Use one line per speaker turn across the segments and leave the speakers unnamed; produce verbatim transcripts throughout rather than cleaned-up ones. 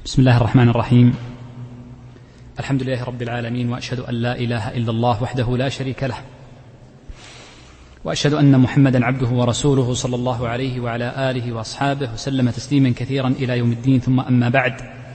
بسم الله الرحمن الرحيم. الحمد لله رب العالمين، وأشهد أن لا إله إلا الله وحده لا شريك له، وأشهد أن محمدا عبده ورسوله صلى الله عليه وعلى آله وأصحابه وسلم تسليما كثيرا إلى يوم الدين. ثم أما بعد،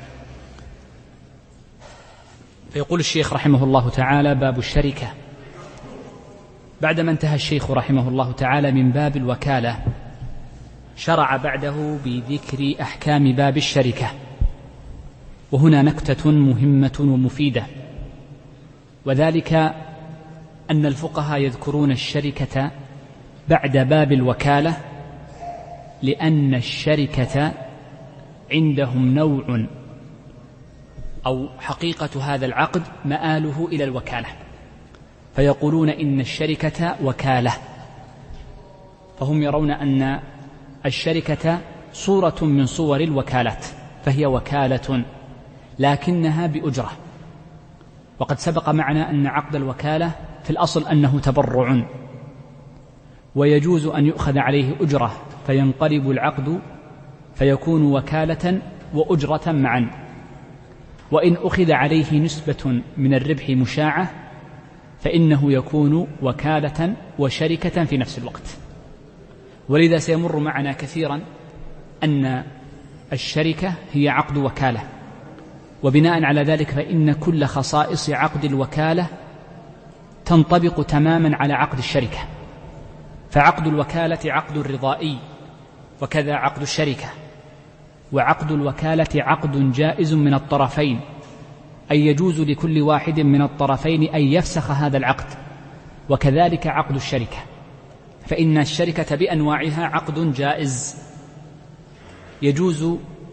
فيقول الشيخ رحمه الله تعالى: باب الشركة. بعدما انتهى الشيخ رحمه الله تعالى من باب الوكالة، شرع بعده بذكر أحكام باب الشركة. وهنا نكتة مهمة ومفيدة، وذلك أن الفقهاء يذكرون الشركة بعد باب الوكالة، لأن الشركة عندهم نوع أو حقيقة هذا العقد مآله إلى الوكالة، فيقولون إن الشركة وكالة. فهم يرون أن الشركة صورة من صور الوكالات، فهي وكالة لكنها بأجرة. وقد سبق معنا أن عقد الوكالة في الأصل أنه تبرع، ويجوز أن يؤخذ عليه أجرة فينقلب العقد فيكون وكالة وأجرة معا، وإن أخذ عليه نسبة من الربح مشاعة فإنه يكون وكالة وشركة في نفس الوقت. ولذا سيمر معنا كثيرا أن الشركة هي عقد وكالة، وبناء على ذلك فإن كل خصائص عقد الوكالة تنطبق تماما على عقد الشركة. فعقد الوكالة عقد رضائي، وكذا عقد الشركة. وعقد الوكالة عقد جائز من الطرفين، أي يجوز لكل واحد من الطرفين أن يفسخ هذا العقد، وكذلك عقد الشركة. فإن الشركة بأنواعها عقد جائز يجوز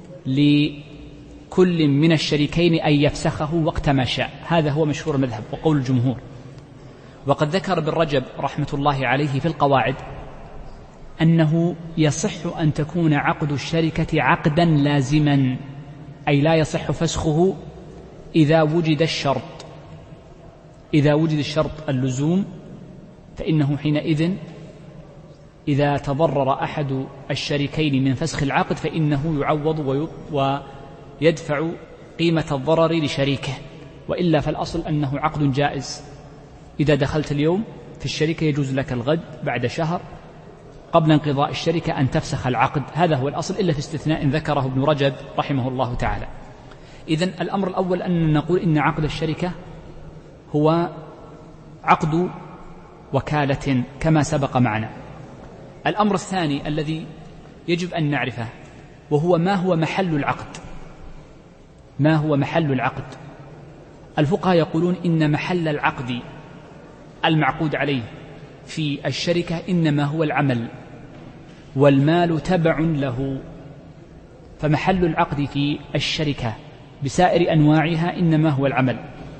لكل من الشريكين أن يفسخه وقت ما شاء. هذا هو مشهور المذهب وقول الجمهور. وقد ذكر ابن رجب رحمة الله عليه في القواعد أنه يصح أن تكون عقد الشركة عقدا لازما، أي لا يصح فسخه إذا وجد الشرط. إذا وجد الشرط اللزوم فإنه حينئذ إذا تضرر أحد الشريكين من فسخ العقد فإنه يعوض ويدفع قيمة الضرر لشريكه، وإلا فالأصل أنه عقد جائز. إذا دخلت اليوم في الشركة يجوز لك الغد بعد شهر قبل انقضاء الشركة أن تفسخ العقد. هذا هو الأصل، إلا في استثناء ذكره ابن رجب رحمه الله تعالى. إذن الأمر الأول أن نقول إن عقد الشركة هو عقد وكالة كما سبق معنا. الأمر الثاني الذي يجب أن نعرفه وهو ما هو محل العقد. ما هو محل العقد؟ الفقهاء يقولون إن محل العقد المعقود عليه في الشركة إنما هو العمل، والمال تبع له. فمحل العقد في الشركة بسائر أنواعها إنما هو العمل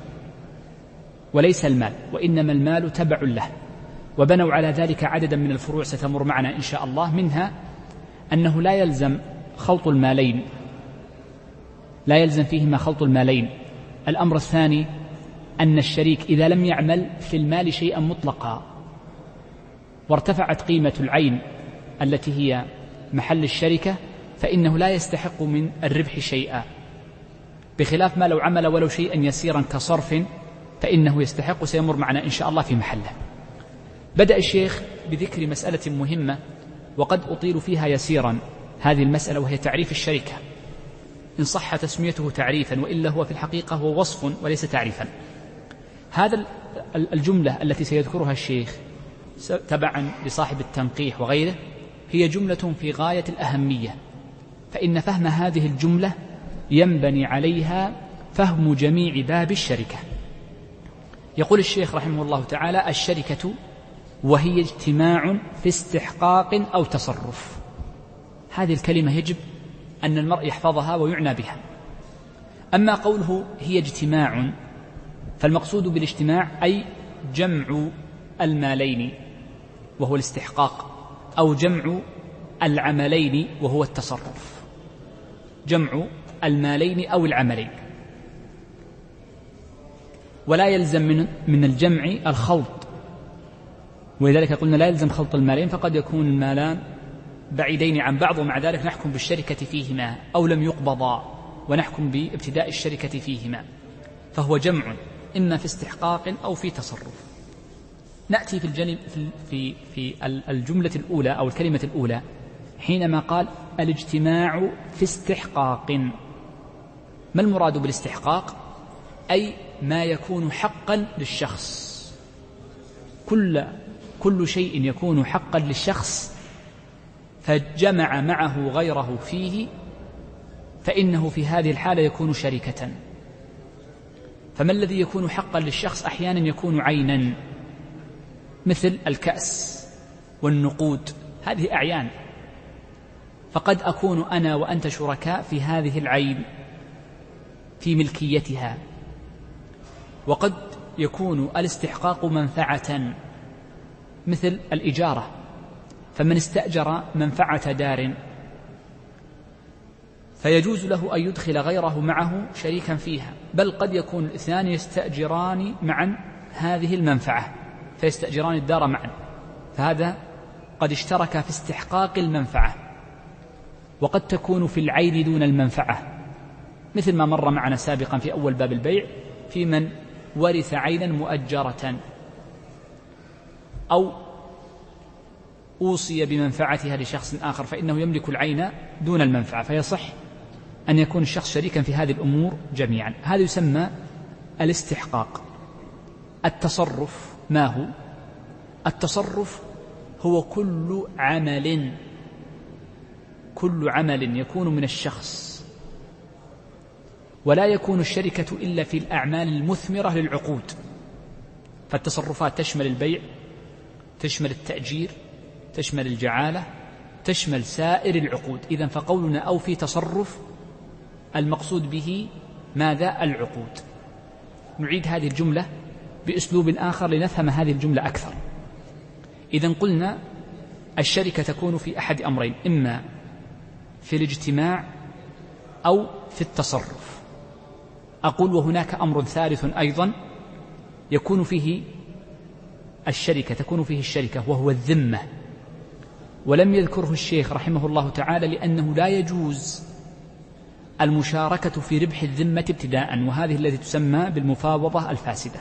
وليس المال، وإنما المال تبع له. وبنوا على ذلك عددا من الفروع ستمر معنا إن شاء الله، منها أنه لا يلزم خلط المالين، لا يلزم فيهما خلط المالين. الأمر الثاني أن الشريك إذا لم يعمل في المال شيئا مطلقا وارتفعت قيمة العين التي هي محل الشركة فإنه لا يستحق من الربح شيئا، بخلاف ما لو عمل ولو شيئا يسيرا كصرف فإنه يستحق، سيمر معنا إن شاء الله في محله. بدأ الشيخ بذكر مسألة مهمة وقد أطيل فيها يسيرا، هذه المسألة وهي تعريف الشركة، إن صح تسميته تعريفا، وإلا هو في الحقيقة هو وصف وليس تعريفا. هذا الجملة التي سيذكرها الشيخ تبعا لصاحب التنقيح وغيره هي جملة في غاية الأهمية، فإن فهم هذه الجملة ينبني عليها فهم جميع باب الشركة. يقول الشيخ رحمه الله تعالى: الشركة وهي اجتماع في استحقاق أو تصرف. هذه الكلمة يجب أن المرء يحفظها ويعنى بها. أما قوله هي اجتماع فالمقصود بالاجتماع أي جمع المالين وهو الاستحقاق، أو جمع العملين وهو التصرف. جمع المالين أو العملين. ولا يلزم من من الجمع الخلط، ولذلك قلنا لا يلزم خلط المالين، فقد يكون المالان بعيدين عن بعض ومع ذلك نحكم بالشركة فيهما أو لم يقبضا، ونحكم بابتداء الشركة فيهما، فهو جمع إما في استحقاق أو في تصرف. نأتي في, الجنب في, في, في الجملة الأولى أو الكلمة الأولى حينما قال الاجتماع في استحقاق. ما المراد بالاستحقاق؟ أي ما يكون حقا للشخص. كل, كل شيء يكون حقا للشخص فجمع معه غيره فيه فإنه في هذه الحالة يكون شركة. فما الذي يكون حقا للشخص؟ أحيانا يكون عينا، مثل الكأس والنقود، هذه أعيان، فقد أكون أنا وأنت شركاء في هذه العين في ملكيتها. وقد يكون الاستحقاق منفعة، مثل الإجارة، فمن استأجر منفعة دار فيجوز له أن يدخل غيره معه شريكا فيها، بل قد يكون الاثنان يستأجران معا هذه المنفعة فيستأجران الدار معا، فهذا قد اشترك في استحقاق المنفعة. وقد تكون في العين دون المنفعة، مثل ما مر معنا سابقا في أول باب البيع في من ورث عينا مؤجرة أو أوصي بمنفعتها لشخص آخر فإنه يملك العين دون المنفعة، فيصح أن يكون الشخص شريكا في هذه الأمور جميعا. هذا يسمى الاستحقاق. التصرف ما هو؟ التصرف هو كل عمل كل عمل يكون من الشخص، ولا يكون الشركة إلا في الأعمال المثمرة للعقود. فالتصرفات تشمل البيع، تشمل التأجير، تشمل الجعالة، تشمل سائر العقود. إذن فقولنا أو في تصرف المقصود به ماذا؟ العقود. نعيد هذه الجملة بأسلوب آخر لنفهم هذه الجملة أكثر. إذن قلنا الشركة تكون في أحد أمرين، إما في الاجتماع أو في التصرف. أقول وهناك أمر ثالث أيضا يكون فيه الشركة تكون فيه الشركة وهو الذمة، ولم يذكره الشيخ رحمه الله تعالى لأنه لا يجوز المشاركة في ربح الذمة ابتداء، وهذه التي تسمى بالمفاوضة الفاسدة،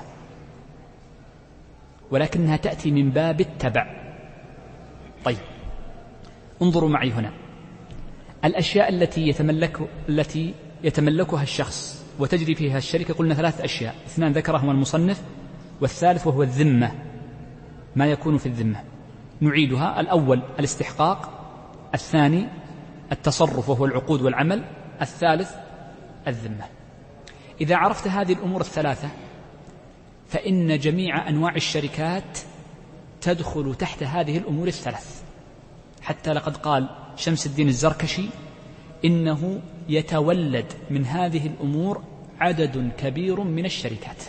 ولكنها تأتي من باب التبع. طيب انظروا معي هنا، الأشياء التي يتملك التي يتملكها الشخص وتجري فيها الشركة قلنا ثلاث أشياء، اثنان ذكرهما المصنف والثالث وهو الذمة، ما يكون في الذمة. نعيدها: الأول الاستحقاق، الثاني التصرف وهو العقود والعمل، الثالث الذمة. إذا عرفت هذه الأمور الثلاثة فإن جميع أنواع الشركات تدخل تحت هذه الأمور الثلاث، حتى لقد قال شمس الدين الزركشي إنه يتولد من هذه الأمور عدد كبير من الشركات.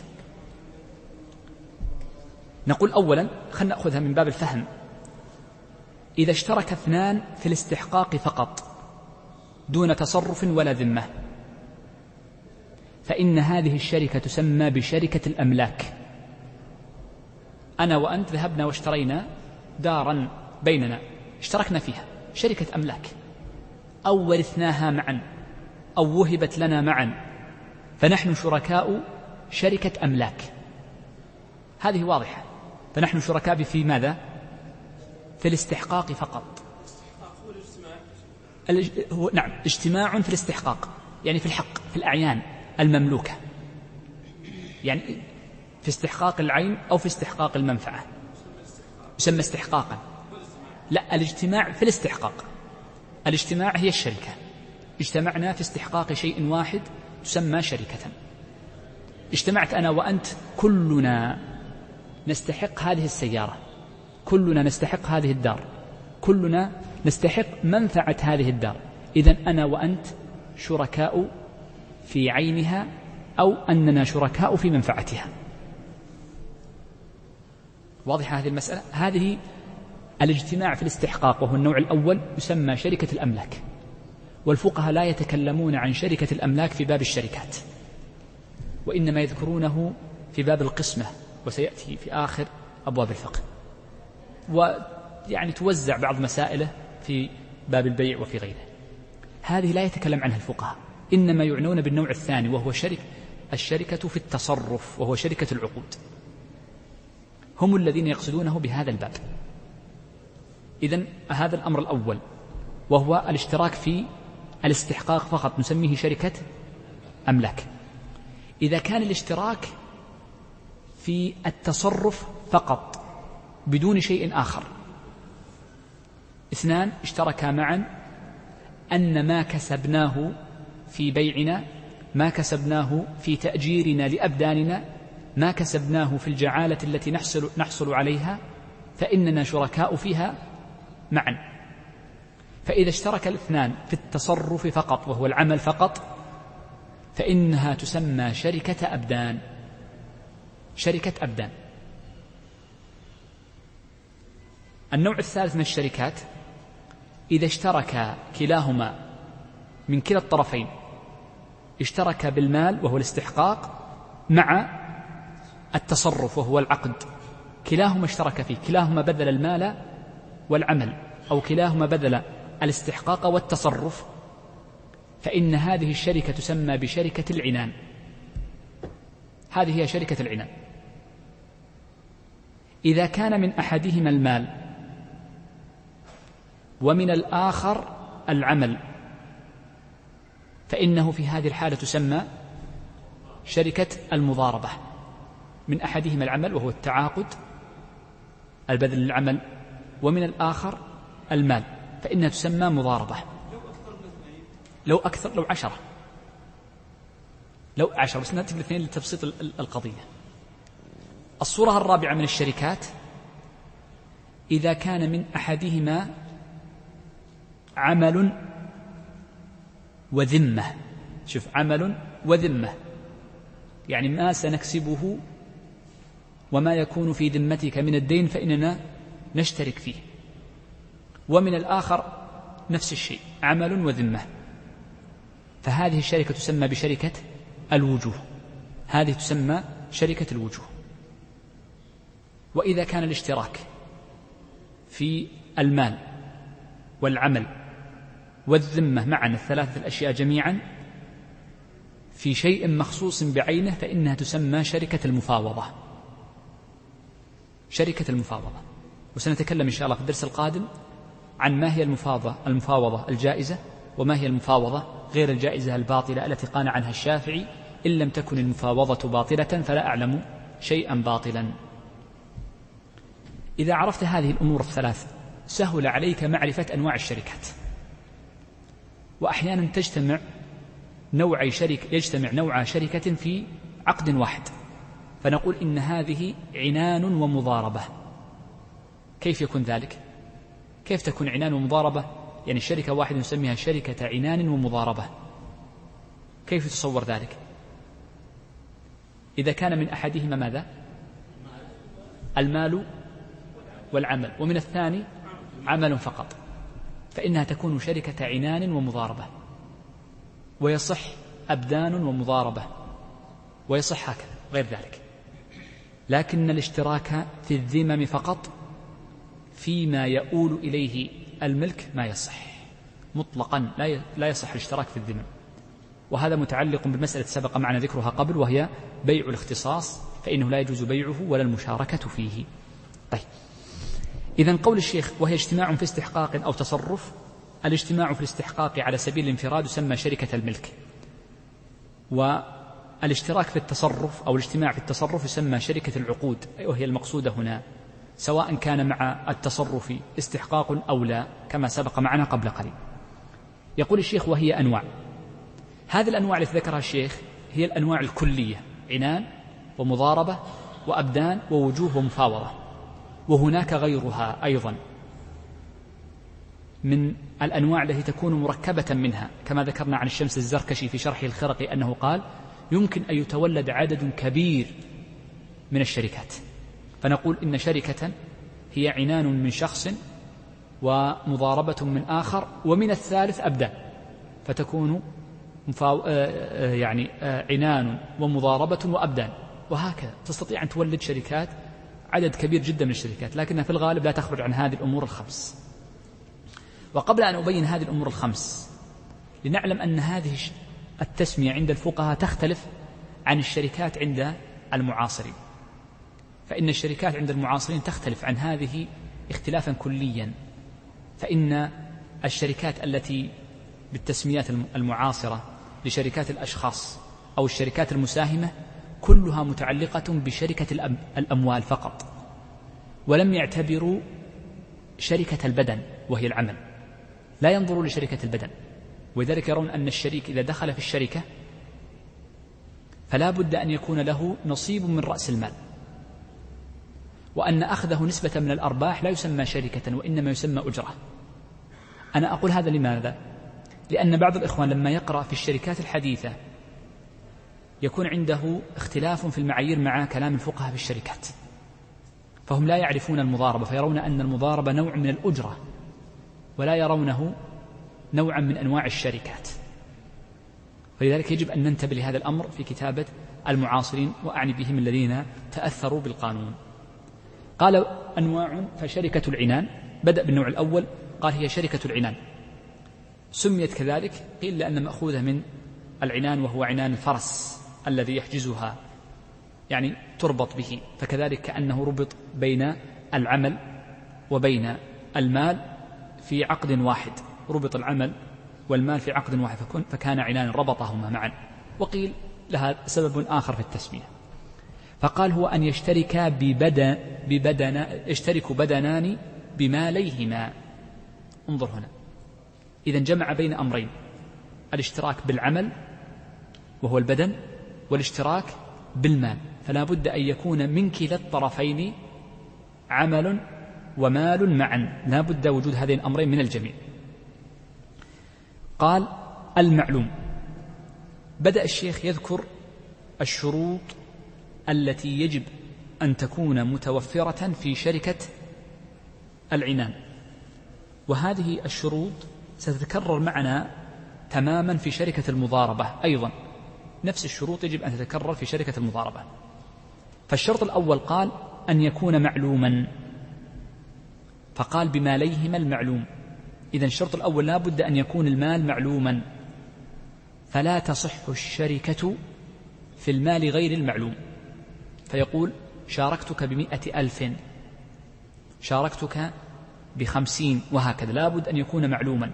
نقول أولا، خلنا نأخذها من باب الفهم، إذا اشترك اثنان في الاستحقاق فقط دون تصرف ولا ذمة فإن هذه الشركة تسمى بشركة الأملاك. أنا وأنت ذهبنا واشترينا دارا بيننا، اشتركنا فيها، شركة أملاك، أو ورثناها معا أو وهبت لنا معا، فنحن شركاء شركة أملاك، هذه واضحة. فنحن شركاء في ماذا؟ في الاستحقاق فقط. هو نعم اجتماع في الاستحقاق، يعني في الحق، في الأعيان المملوكة، يعني في استحقاق العين أو في استحقاق المنفعة يسمى استحقاقا. لا، الاجتماع في الاستحقاق. الاجتماع هي الشركة، اجتمعنا في استحقاق شيء واحد تسمى شركة. اجتمعت أنا وأنت، كلنا نستحق هذه السيارة، كلنا نستحق هذه الدار، كلنا نستحق منفعة هذه الدار. إذن أنا وأنت شركاء في عينها أو أننا شركاء في منفعتها. واضحة هذه المسألة؟ هذه الاجتماع في الاستحقاق وهو النوع الأول يسمى شركة الأملاك، والفقهاء لا يتكلمون عن شركة الأملاك في باب الشركات، وإنما يذكرونه في باب القسمة، وسيأتي في آخر أبواب الفقه، ويعني توزع بعض مسائله في باب البيع وفي غيره. هذه لا يتكلم عنها الفقهاء، إنما يعنون بالنوع الثاني وهو شركة الشركة في التصرف، وهو شركة العقود، هم الذين يقصدونه بهذا الباب. إذن هذا الأمر الأول وهو الاشتراك في الاستحقاق فقط نسميه شركة أملاك. إذا كان الاشتراك في التصرف فقط بدون شيء آخر، اثنان اشتركا معا أن ما كسبناه في بيعنا، ما كسبناه في تأجيرنا لأبداننا، ما كسبناه في الجعالة التي نحصل, نحصل عليها، فإننا شركاء فيها معا. فإذا اشترك الاثنان في التصرف فقط وهو العمل فقط فإنها تسمى شركة أبدان، شركة أبدان. النوع الثالث من الشركات إذا اشترك كلاهما من كلا الطرفين، اشترك بالمال وهو الاستحقاق مع التصرف وهو العقد، كلاهما اشترك فيه، كلاهما بذل المال والعمل، أو كلاهما بذل الاستحقاق والتصرف، فإن هذه الشركة تسمى بشركة العنان. هذه هي شركة العنان. إذا كان من أحدهما المال ومن الآخر العمل فإنه في هذه الحالة تسمى شركة المضاربة. من أحدهما العمل وهو التعاقد البذل للعمل، ومن الآخر المال، فإنها تسمى مضاربة. لو أكثر، لو عشرة، لو عشرة، بس نأتي بالاثنين لتبسيط القضية. الصورة الرابعة من الشركات إذا كان من أحدهما عمل وذمة. شوف، عمل وذمة يعني ما سنكسبه وما يكون في ذمتك من الدين فإننا نشترك فيه، ومن الآخر نفس الشيء، عمل وذمة، فهذه الشركة تسمى بشركة الوجوه. هذه تسمى شركة الوجوه. وإذا كان الاشتراك في المال والعمل والذمة معا، الثلاثة الأشياء جميعا، في شيء مخصوص بعينه، فإنها تسمى شركة المفاوضة. شركة المفاوضة. وسنتكلم إن شاء الله في الدرس القادم عن ما هي المفاوضة المفاوضة الجائزة، وما هي المفاوضة غير الجائزة الباطلة التي قال عنها الشافعي: إن لم تكن المفاوضة باطلة فلا أعلم شيئا باطلا. إذا عرفت هذه الأمور الثلاث سهل عليك معرفة أنواع الشركات. وأحيانا تجتمع نوع شركة يجتمع نوع شركة في عقد واحد، فنقول إن هذه عنان ومضاربة. كيف يكون ذلك؟ كيف تكون عنان ومضاربة؟ يعني شركة واحدة نسميها شركة عنان ومضاربة. كيف تصور ذلك؟ إذا كان من أحدهما ماذا؟ المال والعمل، ومن الثاني عمل فقط، فإنها تكون شركة عنان ومضاربة، ويصح أبدان ومضاربة، ويصح هكذا غير ذلك. لكن الاشتراك في الذمم فقط فيما يؤول إليه الملك ما يصح مطلقا، لا يصح الاشتراك في الذمم. وهذا متعلق بالمسألة سبق معنا ذكرها قبل، وهي بيع الاختصاص، فإنه لا يجوز بيعه ولا المشاركة فيه. طيب، إذن قول الشيخ وهي اجتماع في استحقاق أو تصرف، الاجتماع في الاستحقاق على سبيل الانفراد يسمى شركة الملك، والاشتراك في التصرف أو الاجتماع في التصرف يسمى شركة العقود، وهي المقصودة هنا، سواء كان مع التصرف استحقاق أو لا، كما سبق معنا قبل قليل. يقول الشيخ وهي أنواع. هذه الأنواع التي ذكرها الشيخ هي الأنواع الكلية: عنان ومضاربة وأبدان ووجوه ومفاوضة. وهناك غيرها أيضا من الأنواع التي تكون مركبة منها، كما ذكرنا عن الشمس الزركشي في شرحه الخرقي أنه قال: يمكن أن يتولد عدد كبير من الشركات، فنقول إن شركة هي عنان من شخص ومضاربة من آخر ومن الثالث أبدان، فتكون مفاو... يعني عنان ومضاربة وأبدان، وهكذا تستطيع أن تولد شركات عدد كبير جدا من الشركات، لكنها في الغالب لا تخرج عن هذه الأمور الخمس. وقبل أن أبين هذه الأمور الخمس، لنعلم أن هذه التسمية عند الفقهاء تختلف عن الشركات عند المعاصرين، فإن الشركات عند المعاصرين تختلف عن هذه اختلافا كليا. فإن الشركات التي بالتسميات المعاصرة لشركات الأشخاص أو الشركات المساهمة كلها متعلقة بشركة الأموال فقط، ولم يعتبروا شركة البدن وهي العمل، لا ينظروا لشركة البدن، ولذلك يرون أن الشريك إذا دخل في الشركة فلا بد أن يكون له نصيب من رأس المال، وأن أخذه نسبة من الأرباح لا يسمى شركة وإنما يسمى أجرة. أنا أقول هذا لماذا؟ لأن بعض الإخوان لما يقرأ في الشركات الحديثة يكون عنده اختلاف في المعايير مع كلام الفقهاء في الشركات، فهم لا يعرفون المضاربة، فيرون أن المضاربة نوع من الأجرة ولا يرونه نوعا من أنواع الشركات. فلذلك يجب أن ننتبه لهذا الأمر في كتابة المعاصرين، وأعني بهم الذين تأثروا بالقانون. قال أنواع، فشركة العنان بدأ بالنوع الأول، قال هي شركة العنان، سميت كذلك قيل لأن مأخوذة من العنان وهو عنان الفرس الذي يحجزها، يعني تربط به، فكذلك كأنه ربط بين العمل وبين المال في عقد واحد، ربط العمل والمال في عقد واحد فكان عنان ربطهما معا. وقيل لها سبب آخر في التسمية، فقال هو أن يشترك ببدن, ببدن يشترك بدنان بماليهما. انظر هنا، إذن جمع بين أمرين، الاشتراك بالعمل وهو البدن والاشتراك بالمال، فلا بد أن يكون من كلا الطرفين عمل ومال معا، لا بد وجود هذين الأمرين من الجميع. قال المعلوم، بدأ الشيخ يذكر الشروط التي يجب أن تكون متوفرة في شركة العنان، وهذه الشروط ستتكرر معنا تماما في شركة المضاربة أيضا، نفس الشروط يجب أن تتكرر في شركة المضاربة. فالشرط الأول قال أن يكون معلوما، فقال بماليهما المعلوم. إذن الشرط الأول لا بد أن يكون المال معلوما، فلا تصح الشركة في المال غير المعلوم، فيقول شاركتك بمئة ألف، شاركتك بخمسين، وهكذا، لا بد أن يكون معلوما.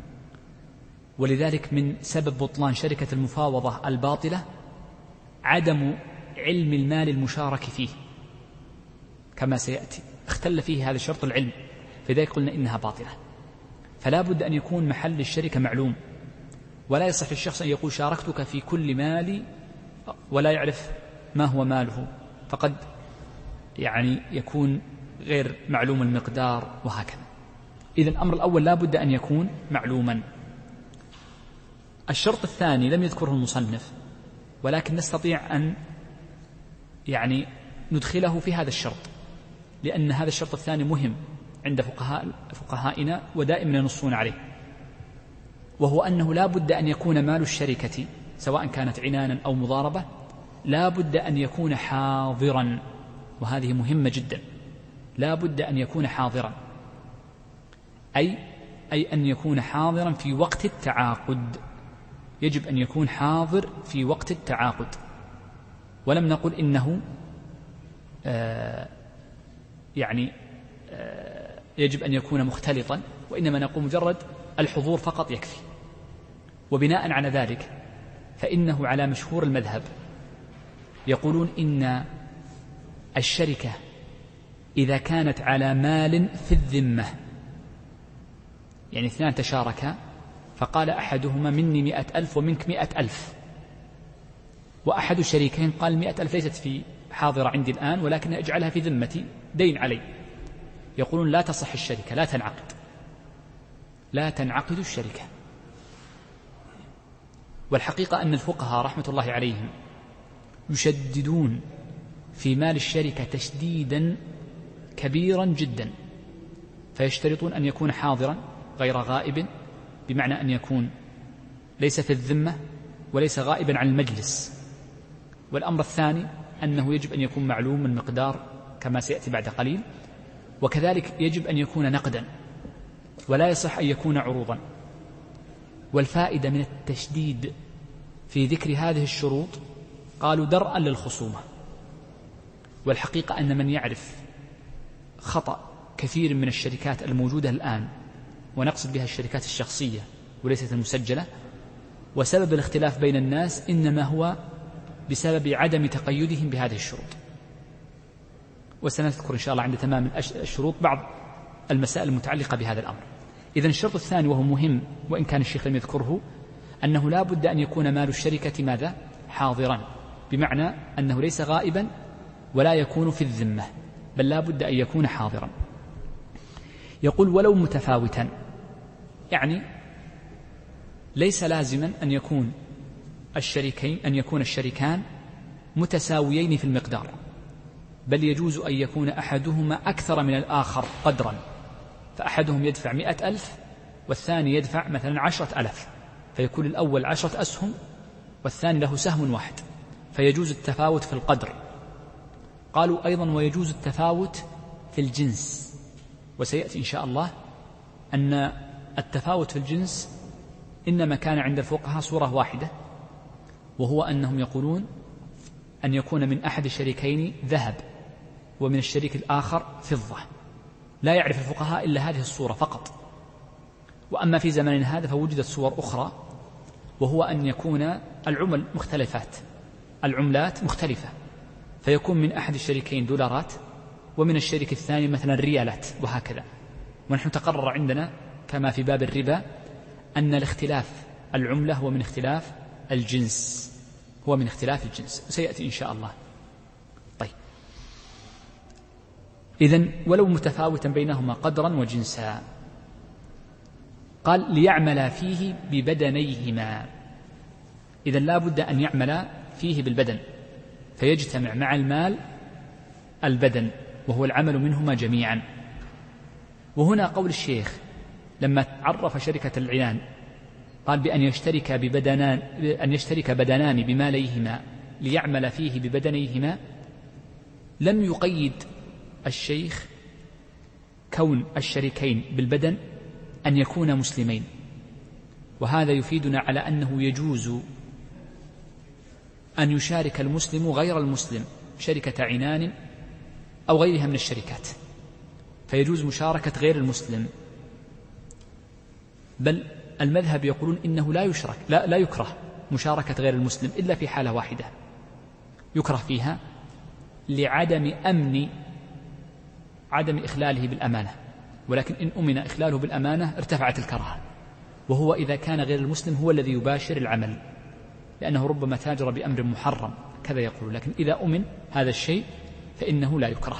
ولذلك من سبب بطلان شركة المفاوضة الباطلة عدم علم المال المشارك فيه، كما سيأتي اختل فيه هذا الشرط العلم، فلذلك قلنا إنها باطلة. فلا بد أن يكون محل الشركة معلوم، ولا يصح للشخص أن يقول شاركتك في كل مالي ولا يعرف ما هو ماله، فقد يعني يكون غير معلوم المقدار وهكذا. إذن الأمر الأول لا بد أن يكون معلوما. الشرط الثاني لم يذكره المصنف، ولكن نستطيع أن يعني ندخله في هذا الشرط، لأن هذا الشرط الثاني مهم عند فقهاء فقهائنا ودائما ينصون عليه، وهو أنه لا بد أن يكون مال الشركة سواء كانت عنانا أو مضاربة لا بد أن يكون حاضرا، وهذه مهمة جدا، لا بد أن يكون حاضرا، أي أي أن يكون حاضرا في وقت التعاقد، يجب أن يكون حاضر في وقت التعاقد. ولم نقل إنه آه يعني آه يجب أن يكون مختلطا، وإنما نقول مجرد الحضور فقط يكفي. وبناء على ذلك فإنه على مشهور المذهب يقولون إن الشركة إذا كانت على مال في الذمة، يعني اثنان تشاركا فقال أحدهما مني مئة ألف ومنك مئة ألف، وأحد الشريكين قال مئة ألف ليست في حاضرة عندي الآن ولكن أجعلها في ذمتي دين علي، يقولون لا تصح الشركة، لا تنعقد، لا تنعقد الشركة. والحقيقة أن الفقهاء رحمة الله عليهم يشددون في مال الشركة تشديدا كبيرا جدا، فيشترطون أن يكون حاضرا غير غائب، بمعنى أن يكون ليس في الذمة وليس غائبا عن المجلس. والأمر الثاني أنه يجب أن يكون معلوم المقدار كما سيأتي بعد قليل، وكذلك يجب أن يكون نقدا ولا يصح أن يكون عروضا. والفائدة من التشديد في ذكر هذه الشروط قالوا درءا للخصومة. والحقيقة أن من يعرف خطأ كثير من الشركات الموجودة الآن، ونقصد بها الشركات الشخصية وليست المسجلة، وسبب الاختلاف بين الناس إنما هو بسبب عدم تقيدهم بهذه الشروط. وسنذكر إن شاء الله عند تمام الشروط بعض المسائل المتعلقة بهذا الأمر. إذن الشرط الثاني وهو مهم وإن كان الشيخ لم يذكره، أنه لا بد أن يكون مال الشركة ماذا؟ حاضرا، بمعنى أنه ليس غائبا ولا يكون في الذمة، بل لا بد أن يكون حاضرا. يقول ولو متفاوتا، يعني ليس لازما أن يكون الشريكين أن يكون الشريكان متساويين في المقدار، بل يجوز أن يكون أحدهما أكثر من الآخر قدرا، فأحدهم يدفع مئة ألف والثاني يدفع مثلا عشرة ألف، فيكون الأول عشرة أسهم والثاني له سهم واحد، فيجوز التفاوت في القدر. قالوا أيضا ويجوز التفاوت في الجنس، وسيأتي إن شاء الله أن التفاوت في الجنس إنما كان عند الفقهاء صورة واحدة، وهو أنهم يقولون أن يكون من أحد الشريكين ذهب ومن الشريك الآخر فضة، لا يعرف الفقهاء إلا هذه الصورة فقط. وأما في زمن هذا فوجدت صور أخرى، وهو أن يكون العمل مختلفات، العملات مختلفة، فيكون من أحد الشريكين دولارات ومن الشريك الثاني مثلا ريالات، وهكذا. ونحن تقرر عندنا كما في باب الربا أن الاختلاف العملة هو من اختلاف الجنس، هو من اختلاف الجنس، سيأتي إن شاء الله. طيب، إذن ولو متفاوتا بينهما قدرا وجنسا. قال ليعمل فيه ببدنيهما، إذن لا بد أن يعمل فيه بالبدن، فيجتمع مع المال البدن وهو العمل منهما جميعا. وهنا قول الشيخ لما عرف شركة العنان قال بأن يشترك ببدنان أن يشترك بدنان بماليهما ليعمل فيه ببدنيهما، لم يقيد الشيخ كون الشريكين بالبدن أن يكونا مسلمين، وهذا يفيدنا على أنه يجوز أن يشارك المسلم غير المسلم شركة عنان أو غيرها من الشركات، فيجوز مشاركة غير المسلم. بل المذهب يقولون إنه لا يشرك لا, لا يكره مشاركة غير المسلم إلا في حالة واحدة يكره فيها لعدم أمن عدم إخلاله بالأمانة، ولكن إن أمن إخلاله بالأمانة ارتفعت الكراهة، وهو إذا كان غير المسلم هو الذي يباشر العمل، لأنه ربما تاجر بأمر محرم كذا يقول، لكن إذا أمن هذا الشيء فإنه لا يكره.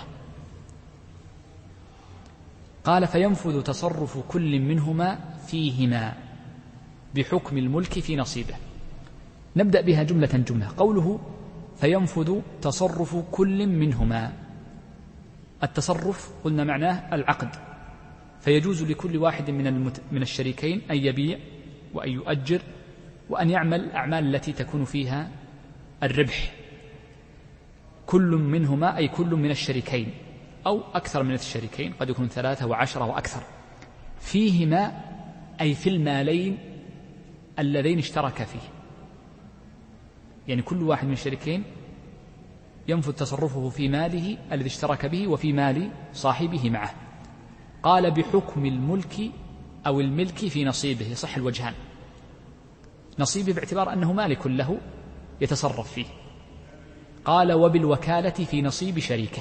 قال فينفذ تصرف كل منهما فيهما بحكم الملك في نصيبه. نبدأ بها جملة جملة. قوله فينفذ تصرف كل منهما، التصرف قلنا معناه العقد، فيجوز لكل واحد من المت... من الشريكين أن يبيع وأن يؤجر وأن يعمل الأعمال التي تكون فيها الربح، كل منهما أي كل من الشريكين أو أكثر من الشريكين، قد يكون ثلاثة وعشرة وأكثر، فيهما أي في المالين اللذين اشترك فيه، يعني كل واحد من الشريكين ينفذ تصرفه في ماله الذي اشترك به وفي مال صاحبه معه. قال بحكم الملك أو الملك في نصيبه، يصح الوجهان، نصيبه باعتبار أنه مالك له يتصرف فيه. قال وبالوكالة في نصيب شريكه،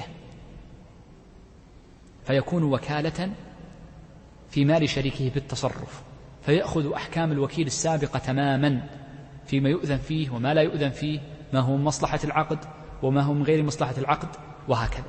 فيكون وكالة في مال شريكه بالتصرف، فيأخذ أحكام الوكيل السابقة تماما فيما يؤذن فيه وما لا يؤذن فيه، ما هو مصلحة العقد وما هو من غير مصلحة العقد، وهكذا.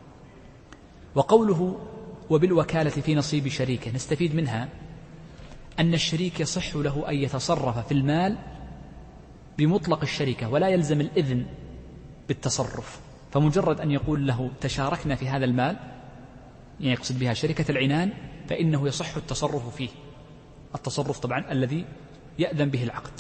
وقوله وبالوكالة في نصيب شريكه نستفيد منها أن الشريك يصح له أن يتصرف في المال بمطلق الشركة ولا يلزم الإذن بالتصرف، فمجرد أن يقول له تشاركنا في هذا المال، يعني يقصد بها شركة العنان، فإنه يصح التصرف فيه، التصرف طبعا الذي يأذن به العقد،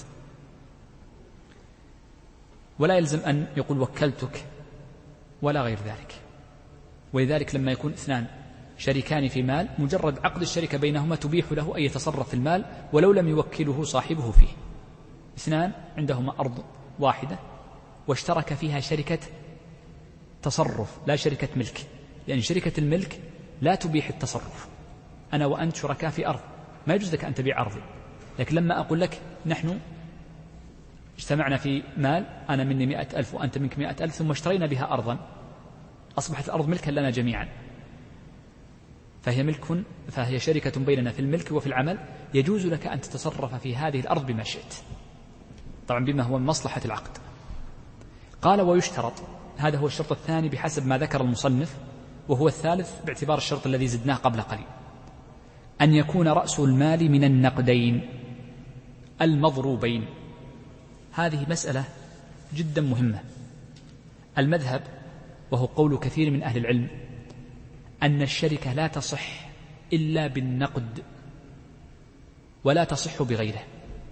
ولا يلزم أن يقول وكلتك ولا غير ذلك. ولذلك لما يكون اثنان شريكان في مال، مجرد عقد الشركة بينهما تبيح له أن يتصرف في المال ولو لم يوكله صاحبه فيه، اثنان عندهما أرض واحدة واشترك فيها شركة تصرف لا شركة ملك، لأن شركة الملك لا تبيح التصرف. أنا وأنت شركاء في أرض، ما يجوز لك أن تبيع أرضي، لكن لما أقول لك نحن اجتمعنا في مال، أنا مني مئة ألف وأنت منك مئة ألف، ثم اشترينا بها أرضا، أصبحت الأرض ملكا لنا جميعا، فهي ملك، فهي شركة بيننا في الملك وفي العمل، يجوز لك أن تتصرف في هذه الأرض بما شئت، طبعا بما هو من مصلحة العقد. قال ويشترط، هذا هو الشرط الثاني بحسب ما ذكر المصنف، وهو الثالث باعتبار الشرط الذي زدناه قبل قليل، أن يكون رأس المال من النقدين المضروبين. هذه مسألة جدا مهمة. المذهب، وهو قول كثير من أهل العلم، أن الشركة لا تصح إلا بالنقد ولا تصح بغيره،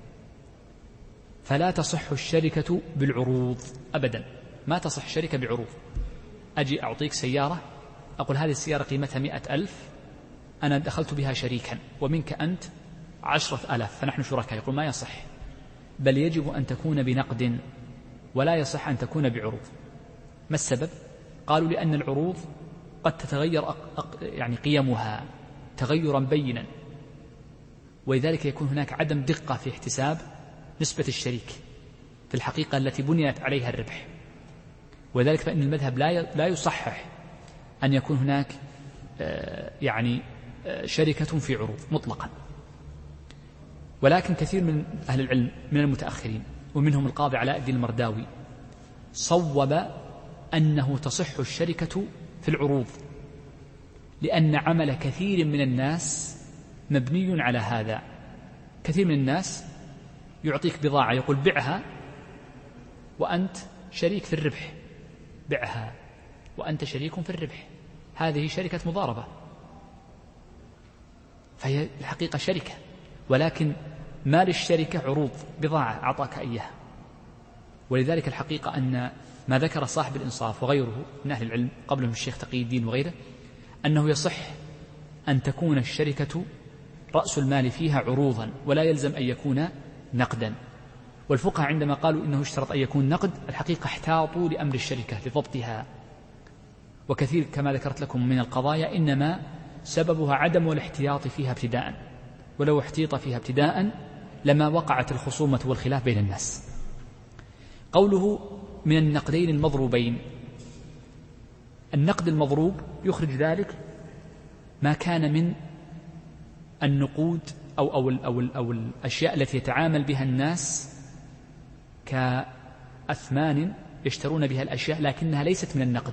فلا تصح الشركة بالعروض أبدا، ما تصح شركة بعروض. أجي أعطيك سيارة، أقول هذه السيارة قيمتها مئة ألف، أنا دخلت بها شريكا ومنك أنت عشرة ألاف، فنحن شركاء، يقول ما يصح، بل يجب أن تكون بنقد ولا يصح أن تكون بعروض. ما السبب؟ قالوا لأن العروض قد تتغير يعني قيمها تغيرا بينا، ولذلك يكون هناك عدم دقة في احتساب نسبة الشريك في الحقيقة التي بنيت عليها الربح، ولذلك فإن المذهب لا يصحح أن يكون هناك يعني شركة في عروض مطلقا. ولكن كثير من أهل العلم من المتأخرين ومنهم القاضي علاء الدين المرداوي صوب أنه تصح الشركة في العروض، لأن عمل كثير من الناس مبني على هذا. كثير من الناس يعطيك بضاعة يقول بعها وأنت شريك في الربح، بعها وأنت شريك في الربح، هذه شركة مضاربة، فهي الحقيقة شركة، ولكن ما للشركة عروض بضاعة أعطاك إياها. ولذلك الحقيقة أن ما ذكر صاحب الإنصاف وغيره من أهل العلم قبلهم الشيخ تقي الدين وغيره، أنه يصح أن تكون الشركة رأس المال فيها عروضا ولا يلزم أن يكون نقدا. والفقهاء عندما قالوا إنه اشترط أن يكون نقد، الحقيقة احتاطوا لأمر الشركة لضبطها، وكثير كما ذكرت لكم من القضايا إنما سببها عدم الاحتياط فيها ابتداء، ولو احتيط فيها ابتداء لما وقعت الخصومة والخلاف بين الناس. قوله من النقدين المضروبين، النقد المضروب يخرج ذلك ما كان من النقود أو, أو, أو, أو الأشياء التي يتعامل بها الناس كأثمان يشترون بها الأشياء لكنها ليست من النقد.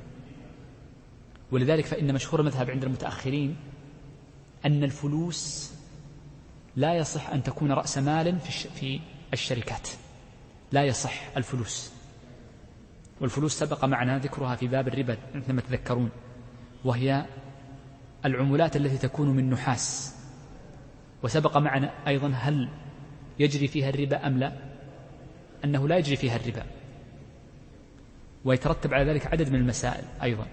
ولذلك فإن مشهور المذهب عند المتأخرين أن الفلوس لا يصح أن تكون رأس مال في الشركات، لا يصح الفلوس. والفلوس سبق معنا ذكرها في باب الربا عندما تذكرون، وهي العملات التي تكون من نحاس، وسبق معنا أيضا هل يجري فيها الربا أم لا، أنه لا يجري فيها الربا، ويترتب على ذلك عدد من المسائل أيضا،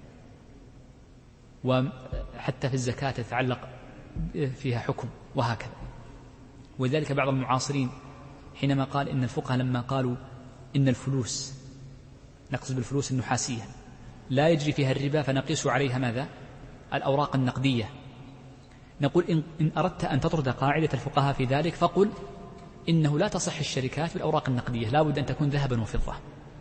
وحتى في الزكاة تتعلق فيها حكم وهكذا. ولذلك بعض المعاصرين حينما قال إن الفقهاء لما قالوا إن الفلوس، نقصد بالفلوس النحاسية، لا يجري فيها الربا، فنقيس عليها ماذا؟ الأوراق النقدية. نقول إن, إن أردت أن تطرد قاعدة الفقهاء في ذلك فقل إنه لا تصح الشركات بالأوراق النقدية، لا بد أن تكون ذهبا وفضة.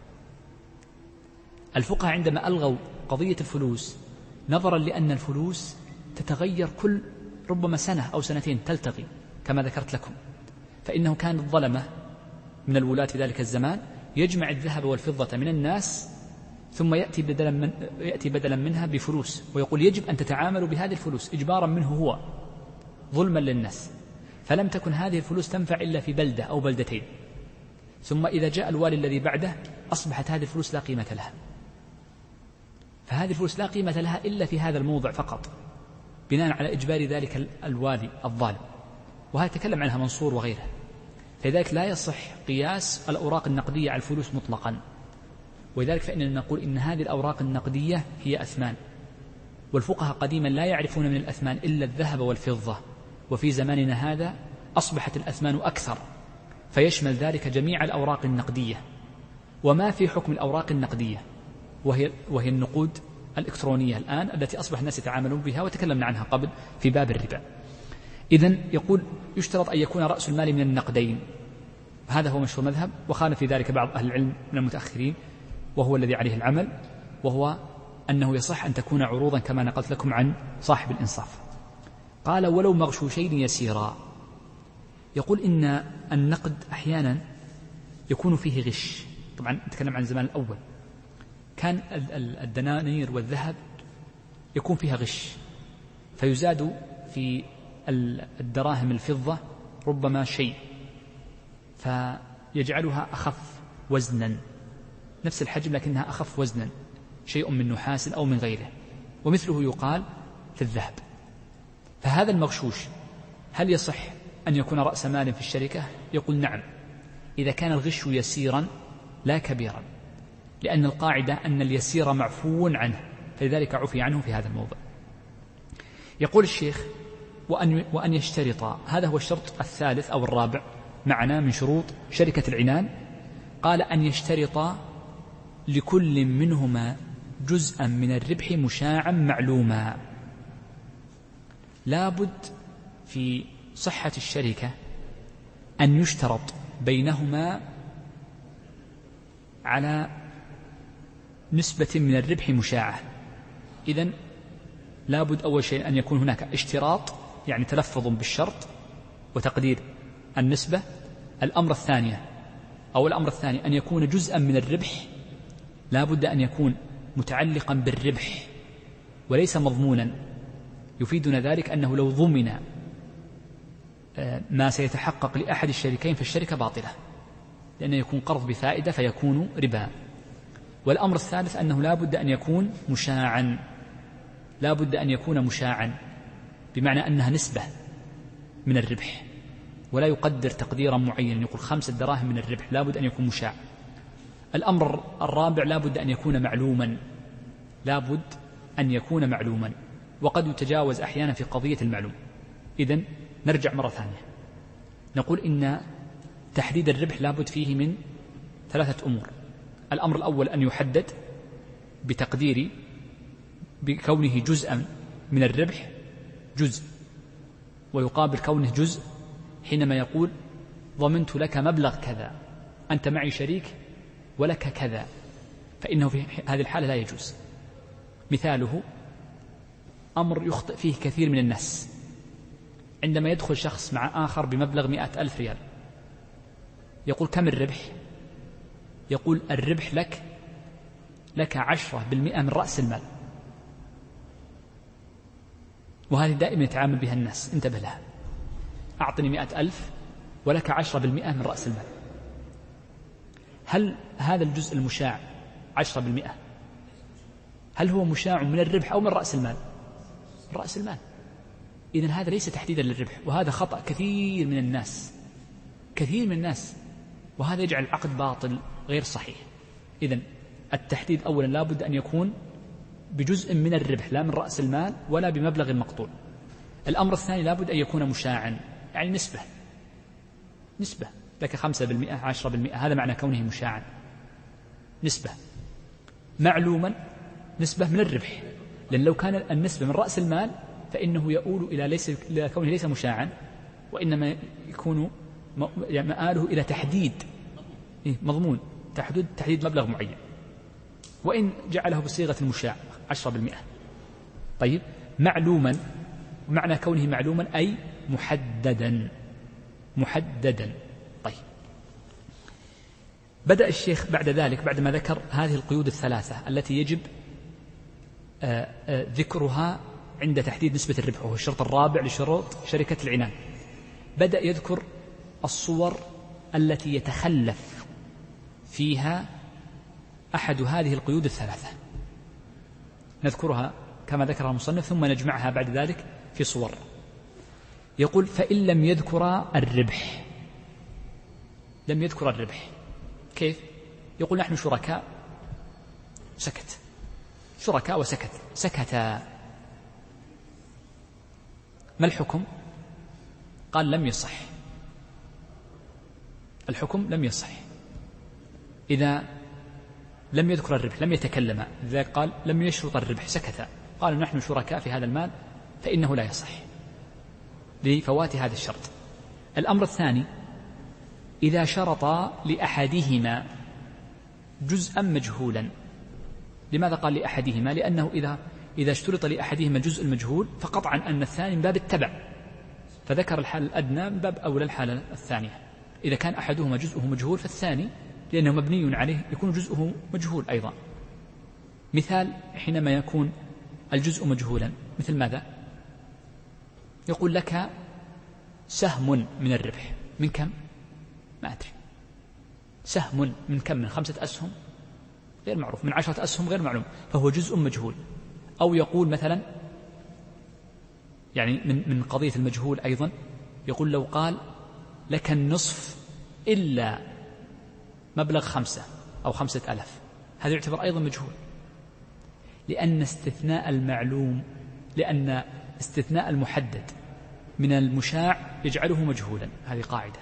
الفقهاء عندما ألغوا قضية الفلوس نظرا لأن الفلوس تتغير كل ربما سنة أو سنتين تلتقي كما ذكرت لكم، فإنه كان الظلمة من الولاة في ذلك الزمان يجمع الذهب والفضة من الناس ثم يأتي بدلا, من يأتي بدلا منها بفلوس، ويقول يجب أن تتعاملوا بهذه الفلوس إجبارا منه هو ظلما للناس، فلم تكن هذه الفلوس تنفع إلا في بلدة أو بلدتين، ثم إذا جاء الوالي الذي بعده أصبحت هذه الفلوس لا قيمة لها، فهذه الفلوس لا قيمة لها إلا في هذا الموضع فقط بناء على إجبار ذلك الوالي الظالم، وهذا تكلم عنها منصور وغيره. لذلك لا يصح قياس الأوراق النقدية على الفلوس مطلقا، ولذلك فإننا نقول إن هذه الأوراق النقدية هي أثمان، والفقهاء قديما لا يعرفون من الأثمان إلا الذهب والفضة، وفي زماننا هذا أصبحت الأثمان أكثر، فيشمل ذلك جميع الأوراق النقدية وما في حكم الأوراق النقدية، وهي, وهي النقود الإلكترونية الآن التي أصبح الناس يتعاملون بها وتكلمنا عنها قبل في باب الربا. إذن يقول يشترط أن يكون رأس المال من النقدين، هذا هو مشهور مذهب، وخالف في ذلك بعض أهل العلم من المتأخرين وهو الذي عليه العمل، وهو أنه يصح أن تكون عروضا كما نقلت لكم عن صاحب الإنصاف. قال ولو مغشوشين يسيرا. يقول إن النقد أحيانا يكون فيه غش. طبعا نتكلم عن الزمان الأول، كان الدنانير والذهب يكون فيها غش، فيزاد في الدراهم الفضة ربما شيء فيجعلها أخف وزنا، نفس الحجم لكنها أخف وزنا، شيء من نحاس أو من غيره، ومثله يقال في الذهب. فهذا المغشوش هل يصح أن يكون رأس مال في الشركة؟ يقول نعم، إذا كان الغش يسيرا لا كبيرا، لأن القاعدة أن اليسير معفو عنه، فلذلك عفي عنه في هذا الموضع. يقول الشيخ وأن, وأن يشترط، هذا هو الشرط الثالث أو الرابع معنا من شروط شركة العنان. قال أن يشترط لكل منهما جزءا من الربح مشاعا معلوما. لابد في صحة الشركة أن يشترط بينهما على نسبة من الربح مشاعة. إذن لابد أول شيء أن يكون هناك اشتراط، يعني تلفظ بالشرط وتقدير النسبة. الأمر الثاني أو الأمر الثاني أن يكون جزءا من الربح، لابد أن يكون متعلقا بالربح وليس مضمونا. يفيدنا ذلك أنه لو ضمن ما سيتحقق لأحد الشريكين فالشركة باطلة، لأنه يكون قرض بفائدة فيكون ربا. والأمر الثالث أنه لا بد أن يكون مشاعا، لا بد أن يكون مشاعا بمعنى أنها نسبة من الربح، ولا يقدر تقديرا معينا يقول خمسة دراهم من الربح، لا بد أن يكون مشاع. الأمر الرابع لا بد أن يكون معلوما، لا بد أن يكون معلوما، وقد يتجاوز أحيانا في قضية المعلوم. إذن نرجع مرة ثانية نقول إن تحديد الربح لا بد فيه من ثلاثة أمور. الأمر الأول أن يحدد بتقدير بكونه جزءا من الربح، جزء، ويقابل كونه جزء حينما يقول ضمنت لك مبلغ كذا، أنت معي شريك ولك كذا، فإنه في هذه الحالة لا يجوز. مثاله أمر يخطئ فيه كثير من الناس، عندما يدخل شخص مع آخر بمبلغ مئة ألف ريال، يقول كم الربح؟ يقول الربح لك لك عشرة بالمئة من رأس المال. وهذه دائما يتعامل بها الناس، انتبه لها، أعطني مئة ألف ولك عشرة بالمئة من رأس المال. هل هذا الجزء المشاع عشرة بالمئة هل هو مشاع من الربح أو من رأس المال؟ من رأس المال. إذن هذا ليس تحديدا للربح، وهذا خطأ كثير من الناس، كثير من الناس، وهذا يجعل العقد باطل غير صحيح. إذن التحديد أولا لا بد أن يكون بجزء من الربح، لا من رأس المال ولا بمبلغ مقطوع. الأمر الثاني لا بد أن يكون مشاعا، يعني نسبة، نسبة لك خمسة بالمئة عشرة بالمئة، هذا معنى كونه مشاعا، نسبة. معلوما، نسبة من الربح، لأن لو كان النسبة من رأس المال فإنه يؤول إلى ليس إلى كونه ليس مشاعا، وإنما يكون مآله إلى تحديد مضمون، تحديد تحديد مبلغ معين، وإن جعله بصيغة المشاع عشرة بالمئة. طيب، معلوما، معنى كونه معلوما أي محددا، محددا. طيب، بدأ الشيخ بعد ذلك بعدما ذكر هذه القيود الثلاثة التي يجب آآ آآ ذكرها عند تحديد نسبة الربح، وهو الشرط الرابع لشروط شركة العنان، بدأ يذكر الصور التي يتخلف فيها أحد هذه القيود الثلاثة، نذكرها كما ذكرها المصنف ثم نجمعها بعد ذلك في صور. يقول فإن لم يذكر الربح، لم يذكر الربح كيف؟ يقول نحن شركاء، سكت، شركاء وسكت، سكتا، ما الحكم؟ قال لم يصح الحكم لم يصح. إذا لم يذكر الربح لم يتكلم، لذلك قال لم يشرط الربح سكت، قالوا نحن شركاء في هذا المال، فإنه لا يصح لفوات هذا الشرط. الأمر الثاني إذا شرط لأحدهما جزءا مجهولا. لماذا قال لأحدهما؟ لأنه إذا إذا اشترط لأحدهما جزء المجهول فقطعا أن الثاني من باب التبع، فذكر الحالة الأدنى من باب أولى الحالة الثانية. إذا كان أحدهما جزءه مجهول فالثاني لأنه مبني عليه يكون جزءه مجهول أيضا. مثال حينما يكون الجزء مجهولا مثل ماذا؟ يقول لك سهم من الربح من كم؟ ما أدري، سهم من كم؟ من خمسة أسهم غير معروف، من عشرة أسهم غير معلوم، فهو جزء مجهول. أو يقول مثلا يعني من من قضية المجهول أيضا يقول لو قال لك النصف إلا مبلغ خمسة أو خمسة ألف، هذا يعتبر أيضا مجهول، لأن استثناء المعلوم لأن استثناء المحدد من المشاع يجعله مجهولا، هذه قاعدة.